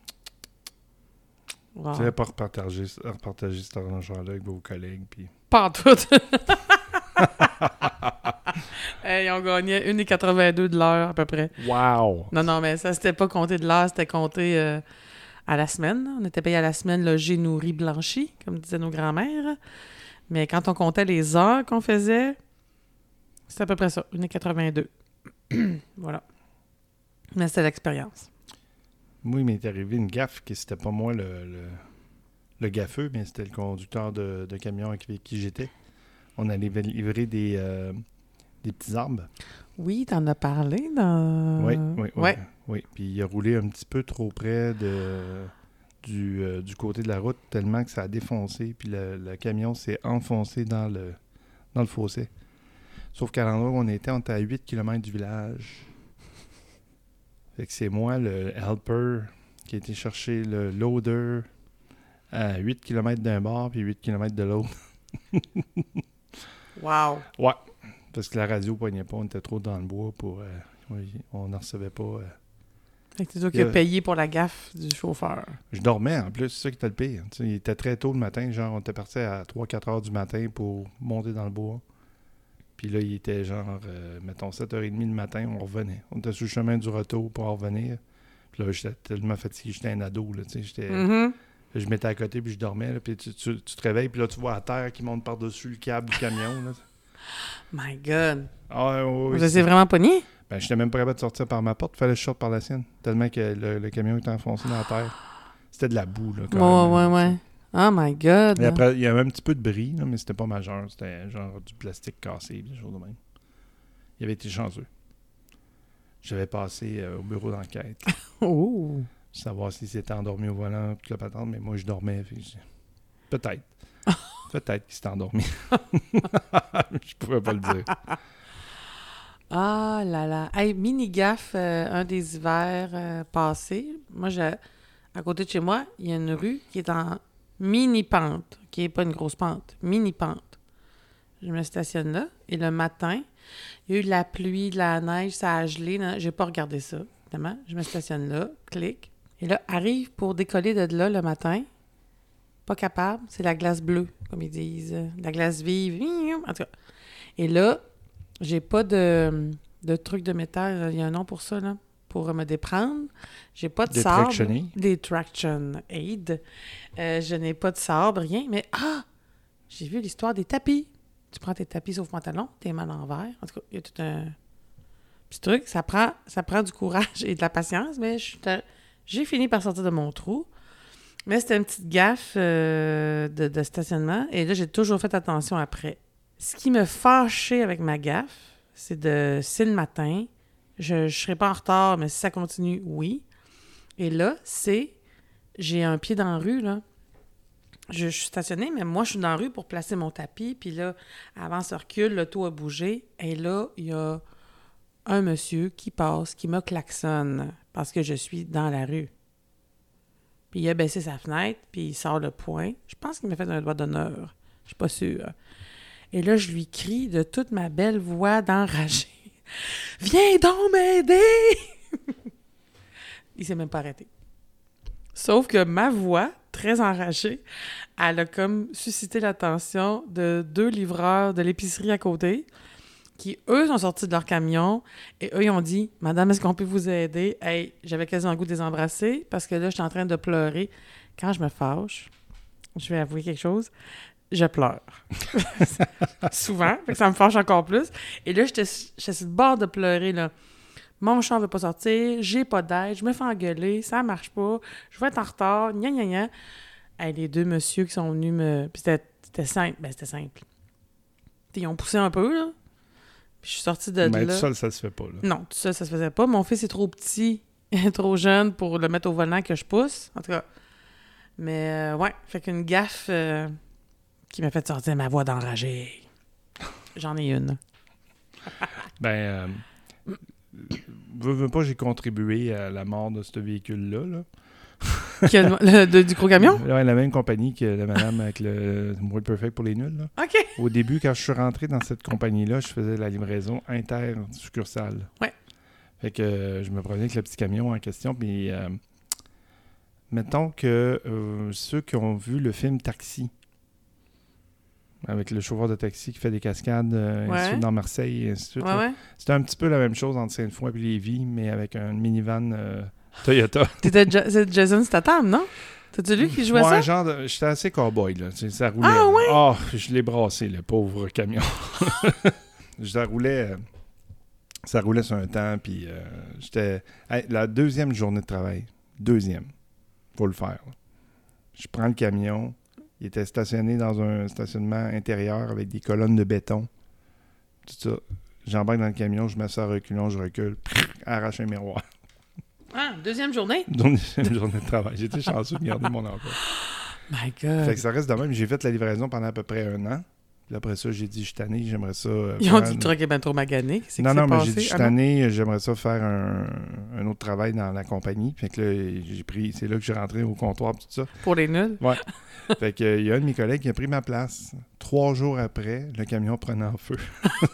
Wow. Vous n'allez pas repartager, repartager cet argent-là avec vos collègues. Puis... Pas en tout. Hey, on gagnait une virgule quatre-vingt-deux de l'heure à peu près. Wow! Non, non, mais ça, c'était pas compté de l'heure, c'était compté euh, à la semaine. On était payé à la semaine logé, nourri, blanchi, comme disaient nos grands-mères. Mais quand on comptait les heures qu'on faisait, c'était à peu près ça, une heure quatre-vingt-deux. Voilà. Mais c'était l'expérience. Moi, il m'est arrivé une gaffe que c'était pas moi le, le, le gaffeux, mais c'était le conducteur de, de camion avec qui j'étais. On allait livrer des, euh, des petits arbres. Oui, t'en as parlé dans... Oui, oui, oui. Ouais. oui. Puis il a roulé un petit peu trop près de, du, euh, du côté de la route, tellement que ça a défoncé. Puis le, le camion s'est enfoncé dans le, dans le fossé. Sauf qu'à l'endroit où on était, on était à huit kilomètres du village. Fait que c'est moi, le helper, qui a été chercher le loader à huit kilomètres d'un bord puis huit kilomètres de l'autre. Wow! Ouais, parce que la radio ne poignait pas, on était trop dans le bois pour... Euh, on n'en recevait pas... Euh, Fait que c'est toi qui as payé pour la gaffe du chauffeur. Je dormais en plus, c'est ça qui était le pire. Tu sais, il était très tôt le matin, genre on était parti à trois quatre heures du matin pour monter dans le bois. Puis là, il était genre, euh, mettons, sept heures trente le matin, on revenait. On était sur le chemin du retour pour en revenir. Puis là, j'étais tellement fatigué, j'étais un ado, là, tu sais, j'étais... Mm-hmm. Je m'étais à côté, puis je dormais, là, puis tu, tu, tu te réveilles, puis là, tu vois la terre qui monte par-dessus le câble du camion, là. My God! Ah, oui, oui, Vous étiez vraiment pogné? Ben, j'étais même pas capable de sortir par ma porte, fallait que je sorte par la sienne, tellement que le, le camion était enfoncé dans la terre. C'était de la boue, là, quand Ouais, même. ouais, ouais. Oh my God! Et après, il y avait un petit peu de bris, là, mais c'était pas majeur. C'était genre du plastique cassé, des choses de même. Il avait été chanceux. J'avais passé euh, au bureau d'enquête. Oh! Savoir s'il s'était endormi au volant, toute la patente, mais moi, je dormais. Fait que je... Peut-être. Peut-être qu'il s'était endormi. Je pouvais pas le dire. Ah là là! Hey, mini gaffe, euh, un des hivers euh, passés. Moi, j'ai, à côté de chez moi, il y a une rue qui est en mini pente, qui n'est pas une grosse pente, mini pente. Je me stationne là, et le matin, il y a eu de la pluie, de la neige, ça a gelé. Non, j'ai pas regardé ça, évidemment. Je me stationne là, clic. Et là, arrive pour décoller de là le matin. Pas capable, c'est la glace bleue, comme ils disent. La glace vive. En tout cas. Et là, j'ai pas de, de truc de métal. Il y a un nom pour ça, là. Pour me déprendre. J'ai pas de Des sabre. traction Des traction aid. Euh, je n'ai pas de sabre, rien. Mais ah! J'ai vu l'histoire des tapis. Tu prends tes tapis sauf pantalon, tes mains à l'envers. En tout cas, il y a tout un petit truc. Ça prend, ça prend du courage et de la patience, mais je, j'ai fini par sortir de mon trou. Mais c'était une petite gaffe euh, de, de stationnement. Et là, j'ai toujours fait attention après. Ce qui me fâchait avec ma gaffe, c'est de... C'est le matin. Je ne serai pas en retard, mais si ça continue, oui. Et là, c'est... J'ai un pied dans la rue, là. Je, je suis stationnée, mais moi, je suis dans la rue pour placer mon tapis. Puis là, avant ce recul, l'auto a bougé. Et là, il y a un monsieur qui passe, qui me klaxonne parce que je suis dans la rue. Puis il a baissé sa fenêtre, puis il sort le poing. Je pense qu'il m'a fait un doigt d'honneur. Je suis pas sûre. Et là, je lui crie de toute ma belle voix d'enragé. « Viens donc m'aider! » Il s'est même pas arrêté. Sauf que ma voix, très enragée, elle a comme suscité l'attention de deux livreurs de l'épicerie à côté qui, eux, sont sortis de leur camion et eux, ils ont dit « Madame, est-ce qu'on peut vous aider? » Hey, j'avais quasiment le goût de les embrasser parce que là, j'étais en train de pleurer. Quand je me fâche, je vais avouer quelque chose, je pleure. Souvent, fait que ça me fâche encore plus. Et là, j'étais, j'étais sur le bord de pleurer, là. Mon char ne veut pas sortir, j'ai pas d'aide, je me fais engueuler, ça marche pas, je vais être en retard, gna gna gna. Hey, les deux messieurs qui sont venus me... Puis c'était, c'était simple, ben c'était simple. Ils ont poussé un peu, là. Puis je suis sortie de Mais là. tout seul, ça se fait pas, là. Non, tout seul, ça se faisait pas. Mon fils est trop petit, trop jeune pour le mettre au volant que je pousse. En tout cas. Mais euh, ouais, fait qu'une gaffe euh, qui m'a fait sortir ma voix d'enragé. J'en ai une. Ben, euh, veux, veux pas, j'ai contribué à la mort de ce véhicule-là, là. Qui a, le, de, du gros camion? Ouais, la même compagnie que la madame avec le World Perfect pour les nuls, là. OK. Au début, quand je suis rentré dans cette compagnie-là, je faisais la livraison inter-succursale. Ouais. Fait que euh, je me prenais avec le petit camion en question, puis euh, mettons que euh, ceux qui ont vu le film Taxi, avec le chauffeur de taxi qui fait des cascades euh, ouais. ainsi de suite, dans Marseille, et ainsi de suite. Ouais, ouais. C'était un petit peu la même chose entre Sainte-Foy et Lévis, mais avec un minivan euh, Toyota. T'étais ja- c'est Jason Statham, non? T'as-tu lu qui jouait ouais, ça? genre, de- j'étais assez cow-boy, là. Tu sais, ça roulait. Ah, ouais? Oh, je l'ai brassé, le pauvre camion. Je la roulais... euh, ça roulait sur un temps, puis euh, j'étais... Hey, la deuxième journée de travail, deuxième, faut le faire. Là. Je prends le camion, il était stationné dans un stationnement intérieur avec des colonnes de béton, tout ça. J'embarque dans le camion, je mets ça à reculons, je recule, arrache un miroir. Ah, deuxième journée? Deuxième journée de travail. J'étais chanceux de garder mon emploi. My God. Fait que ça reste de même. J'ai fait la livraison pendant à peu près un an. Puis après ça, j'ai dit, je suis tanné, j'aimerais ça... euh, Ils ont faire dit une- le truc est bien trop magané. C'est Non, que non, c'est mais passé? j'ai dit, je suis Ah, non? tanné, j'aimerais ça faire un, un autre travail dans la compagnie. Fait que là, j'ai pris... C'est là que j'ai rentré au comptoir, tout ça. Pour les nuls? Ouais. Fait que, il y a un de mes collègues qui a pris ma place. Trois jours après, le camion prenait en feu.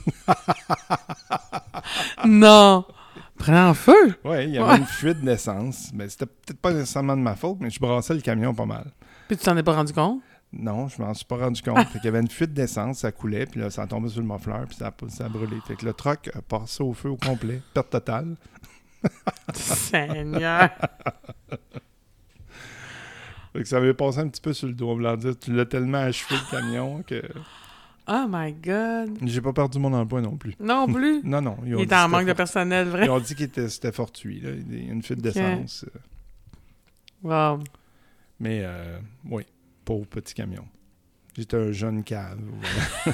Non! Prends en feu! Ouais, il y avait Ouais. une fuite d'essence. Mais c'était peut-être pas nécessairement de ma faute, mais je brassais le camion pas mal. Puis tu t'en es pas rendu compte? Non, je m'en suis pas rendu compte. Fait qu'il y avait une fuite d'essence, ça coulait, puis là, ça a tombé sur le muffler, puis ça a, ça a brûlé. Fait que le truck a passé au feu au complet, perte totale. Seigneur! Fait que ça m'avait passé un petit peu sur le dos, on me dire. Tu l'as tellement achevé le camion que Oh my God! j'ai pas perdu mon emploi non plus. Non plus? Non, non. Ils ont Il dit était en c'était manque de fort- personnel, vrai? Ils ont dit qu'il était, c'était fortuit, là. Il y a une fuite d'essence. euh. Wow. Mais, euh, oui, pauvre petit camion. J'étais un jeune cave. Voilà.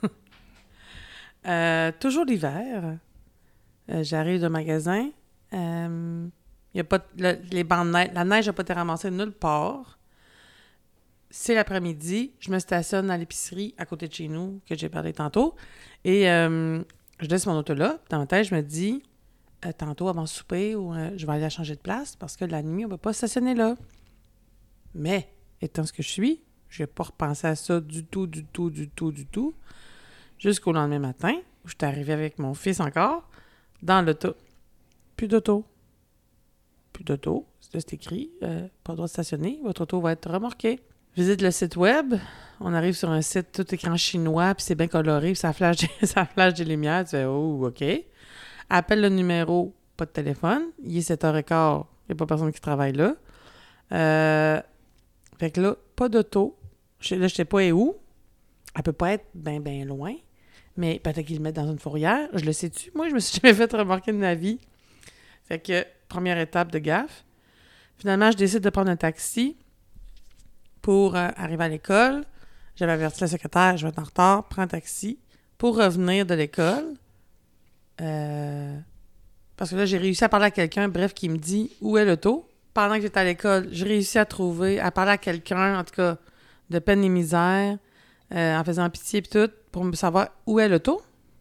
Euh, toujours l'hiver. Euh, j'arrive de magasin. Euh, y a pas de- le- les bancs de neige. La neige n'a pas été ramassée nulle part. C'est l'après-midi. Je me stationne à l'épicerie à côté de chez nous, que j'ai parlé tantôt. Et euh, je laisse mon auto là. Dans ma tête, je me dis, euh, tantôt avant le souper, ou, euh, je vais aller la changer de place parce que la nuit, on ne va pas stationner là. Mais, étant ce que je suis, je n'ai pas repensé à ça du tout, du tout, du tout, du tout. Jusqu'au lendemain matin, où je suis arrivée avec mon fils encore, dans l'auto. Plus d'auto. Plus d'auto. Là, c'est écrit, euh, pas le droit de stationner, votre auto va être remorquée. Visite le site web. On arrive sur un site tout écran chinois, puis c'est bien coloré, puis ça flash, des, ça flash des lumières. Tu fais, oh, OK. Appelle le numéro, pas de téléphone. Il est sept heures quinze, il n'y a pas personne qui travaille là. Euh, fait que là, pas d'auto. Je, là, je sais pas où. Elle peut pas être bien, bien loin. Mais peut-être qu'ils le mettent dans une fourrière. Je le sais-tu? Moi, je me suis jamais fait remarquer de ma vie. Fait que, première étape de gaffe. Finalement, je décide de prendre un taxi pour euh, arriver à l'école. J'avais averti la secrétaire, je vais être en retard, prends un taxi pour revenir de l'école. Euh, parce que là, j'ai réussi à parler à quelqu'un, bref, qui me dit où est l'auto. Pendant que j'étais à l'école, j'ai réussi à trouver, à parler à quelqu'un, en tout cas, de peine et misère, euh, en faisant pitié et tout, pour me savoir où est l'auto.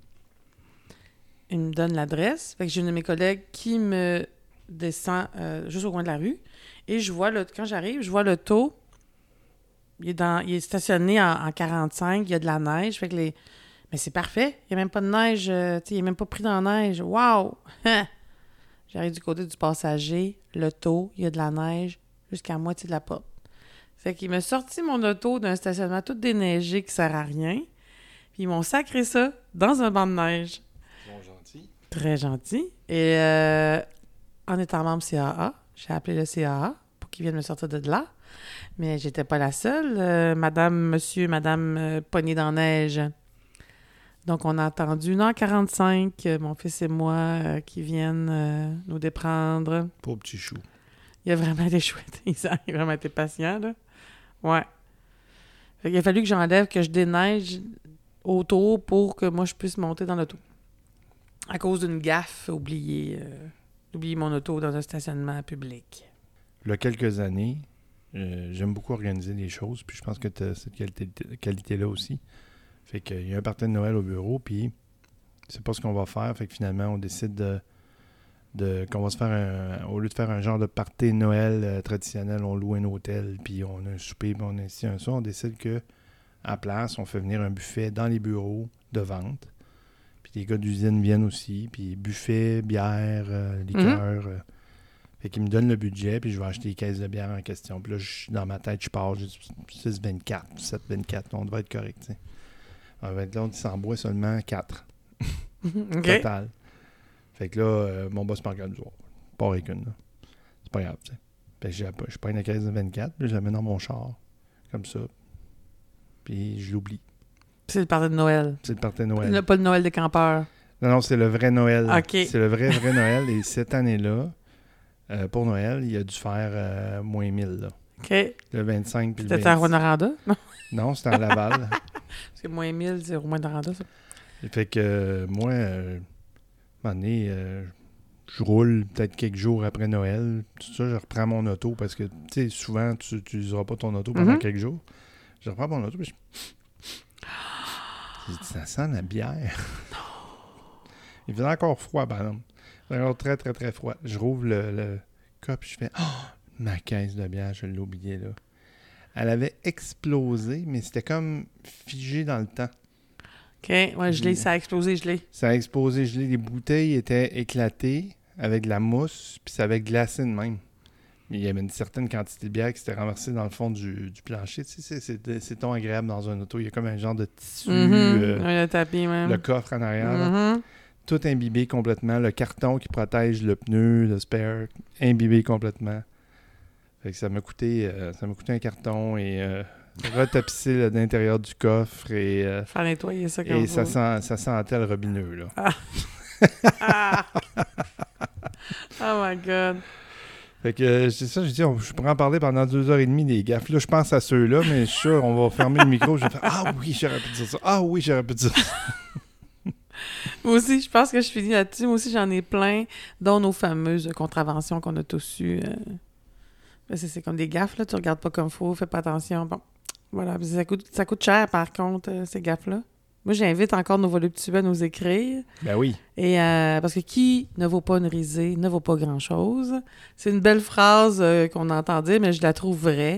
Il me donne l'adresse. Fait que j'ai une de mes collègues qui me descend euh, juste au coin de la rue. Et je vois, le, quand j'arrive, je vois l'auto. Il est, dans, il est stationné en, en quarante-cinq. Il y a de la neige. Fait que les... Mais c'est parfait. Il n'y a même pas de neige. Euh, il n'est même pas pris dans la neige. Wow! J'arrive du côté du passager. L'auto, il y a de la neige jusqu'à la moitié de la porte. Fait qu'il m'a sorti mon auto d'un stationnement tout déneigé qui sert à rien. Puis ils m'ont sacré ça dans un banc de neige. Bon, gentil. Très gentil. Et euh, en étant membre C A A, j'ai appelé le C A A pour qu'ils viennent me sortir de là. Mais j'étais pas la seule. Euh, madame, monsieur, madame euh, pognée dans la neige. Donc, on a attendu une heure quarante-cinq, euh, mon fils et moi, euh, qui viennent euh, nous déprendre. Pauvre petit chou. Il a vraiment été chouette. Il a vraiment été patient, là. Ouais. Fait qu'il a fallu que j'enlève, que je déneige autour pour que moi, je puisse monter dans l'auto. À cause d'une gaffe, oublier, euh, oublier mon auto dans un stationnement public. Il y a quelques années, euh, j'aime beaucoup organiser des choses, puis je pense que tu as cette qualité, qualité-là aussi. Fait qu'il y a un party de Noël au bureau, puis c'est pas ce qu'on va faire. Fait que finalement, on décide de, de qu'on va se faire un... Au lieu de faire un genre de party de Noël euh, traditionnel, on loue un hôtel, puis on a un souper, puis on a ici un ça. On décide que à place, on fait venir un buffet dans les bureaux de vente. Puis les gars d'usine viennent aussi, puis buffet, bière, euh, liqueur. euh. Fait qu'ils me donnent le budget, puis je vais acheter les caisses de bière en question. Puis là, je, dans ma tête, je pars, j'ai six vingt-quatre, sept vingt-quatre, on devrait être correct, tu sais. En fait, là, on s'en boit seulement quatre. OK. Total. Fait que là, euh, mon boss me regarde du jour. Pas avec une, là. C'est pas grave, tu sais. Ben, j'ai, je prends la caisse de vingt-quatre, puis je la mets dans mon char, comme ça. Puis je l'oublie. C'est le party de Noël. C'est le party de Noël. Le, pas le Noël des campeurs. Non, non, c'est le vrai Noël. OK. C'est le vrai, vrai Noël. Et cette année-là, euh, pour Noël, il a dû faire euh, moins mille, là. OK. Le vingt-cinq puis le C'était à vingt-six. Rwanda? Non. Non, c'était à Laval. Parce que moins mille, c'est Rwanda, ça. Fait que euh, moi, euh, à un moment donné, euh, je roule peut-être quelques jours après Noël. Tout ça, je reprends mon auto parce que, tu sais, souvent, tu n'utiliseras pas ton auto pendant Mm-hmm. quelques jours. Je reprends mon auto et je... J'ai dit, ça sent la bière. Il faisait encore froid, par exemple. Il faisait encore très, très, très froid. Je rouvre le, le cop et je fais, oh, ma caisse de bière, je l'ai oubliée, là. Elle avait explosé, mais c'était comme figé dans le temps. OK. Ouais, je l'ai, ça a explosé, je l'ai. Ça a explosé gelé. Les bouteilles étaient éclatées avec de la mousse, puis ça avait glacé de même. Il y avait une certaine quantité de bière qui s'était renversée dans le fond du, du plancher. Tu sais, c'est, c'est, c'est donc agréable dans un auto. Il y a comme un genre de tissu, Mm-hmm. euh, Ouais, le tapis, même. le coffre en arrière. là. Mm-hmm. Tout imbibé complètement. Le carton qui protège le pneu, le spare, imbibé complètement. Fait que ça m'a coûté, euh, ça m'a coûté un carton et euh, retapisser là, l'intérieur du coffre et, euh, Faire nettoyer ça comme et ça. ça, sent, ça sentait le robineux, là. Ah! Oh my God. Fait que euh, c'est ça, je dis, on- je pourrais en parler pendant deux heures et demie des gaffes. Là, je pense à ceux-là, mais je suis sûr, on va fermer le micro. Je vais faire, ah oui, j'aurais pu dire ça. Ah oui, j'aurais pu dire ça. Moi aussi, je pense que je finis là-dessus. Moi aussi, j'en ai plein, dont nos fameuses contraventions qu'on a tous eues. Euh... Ben, c'est, c'est comme des gaffes, là. Tu regardes pas comme faut, fais pas attention. Bon, voilà. Puis Ça coûte, ça coûte cher, par contre, euh, ces gaffes-là. Moi, j'invite encore nos voluptueux à nous écrire. Ben oui. Et euh, parce que qui ne vaut pas une risée ne vaut pas grand-chose. C'est une belle phrase euh, qu'on entend dire, mais je la trouve vraie.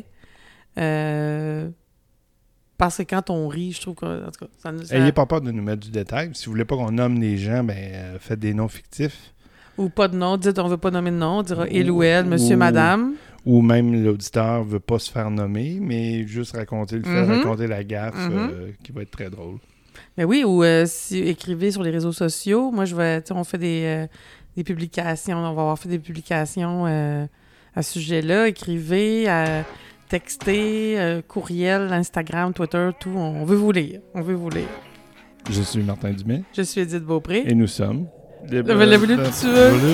Euh, parce que quand on rit, je trouve que... En tout cas, ça nous... ça- Ayez pas peur de nous mettre du détail. Si vous voulez pas qu'on nomme les gens, ben euh, faites des noms fictifs. Ou pas de nom. Dites, on veut pas nommer de nom. On dira il ou elle, Ou- monsieur, ou- madame. Ou même l'auditeur veut pas se faire nommer, mais juste raconter le fait, Mhm. raconter la gaffe Mhm. euh, qui va être très drôle. Mais oui, ou euh, si écrivez sur les réseaux sociaux. Moi, je vais, tu sais, on fait des, euh, des publications. On va avoir fait des publications euh, à ce sujet-là. Écrivez, euh, textez, euh, courriel, Instagram, Twitter, tout. On veut vous lire. On veut vous lire. Je suis Martin Dumais Je suis Edith Beaupré. et nous sommes... Les Le- le voluptueux.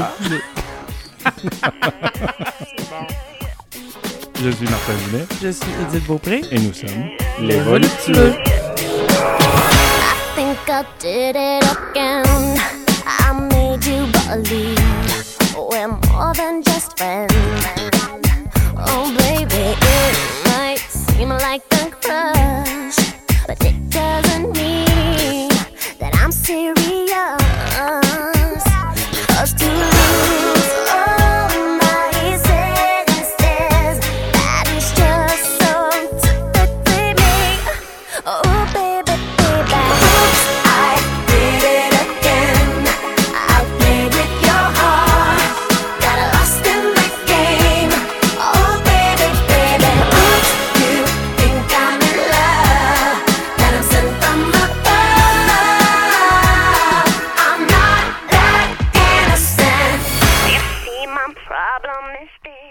Je suis Martin Dumais Je suis Edith Beaupré. et nous sommes Les voluptueux. I think I did it again. I made you believe we're more than just friends. Oh, baby, it might seem like a crush, but it doesn't mean that I'm serious. 'Cause to lose all my senses, that is just so typically me. Oh, baby, baby, oops, I did it again. I played with your heart, got lost in the game. Oh, baby, baby, oops, you think I'm in love, that I'm sent from above. I'm not that innocent. You see, my problem is this.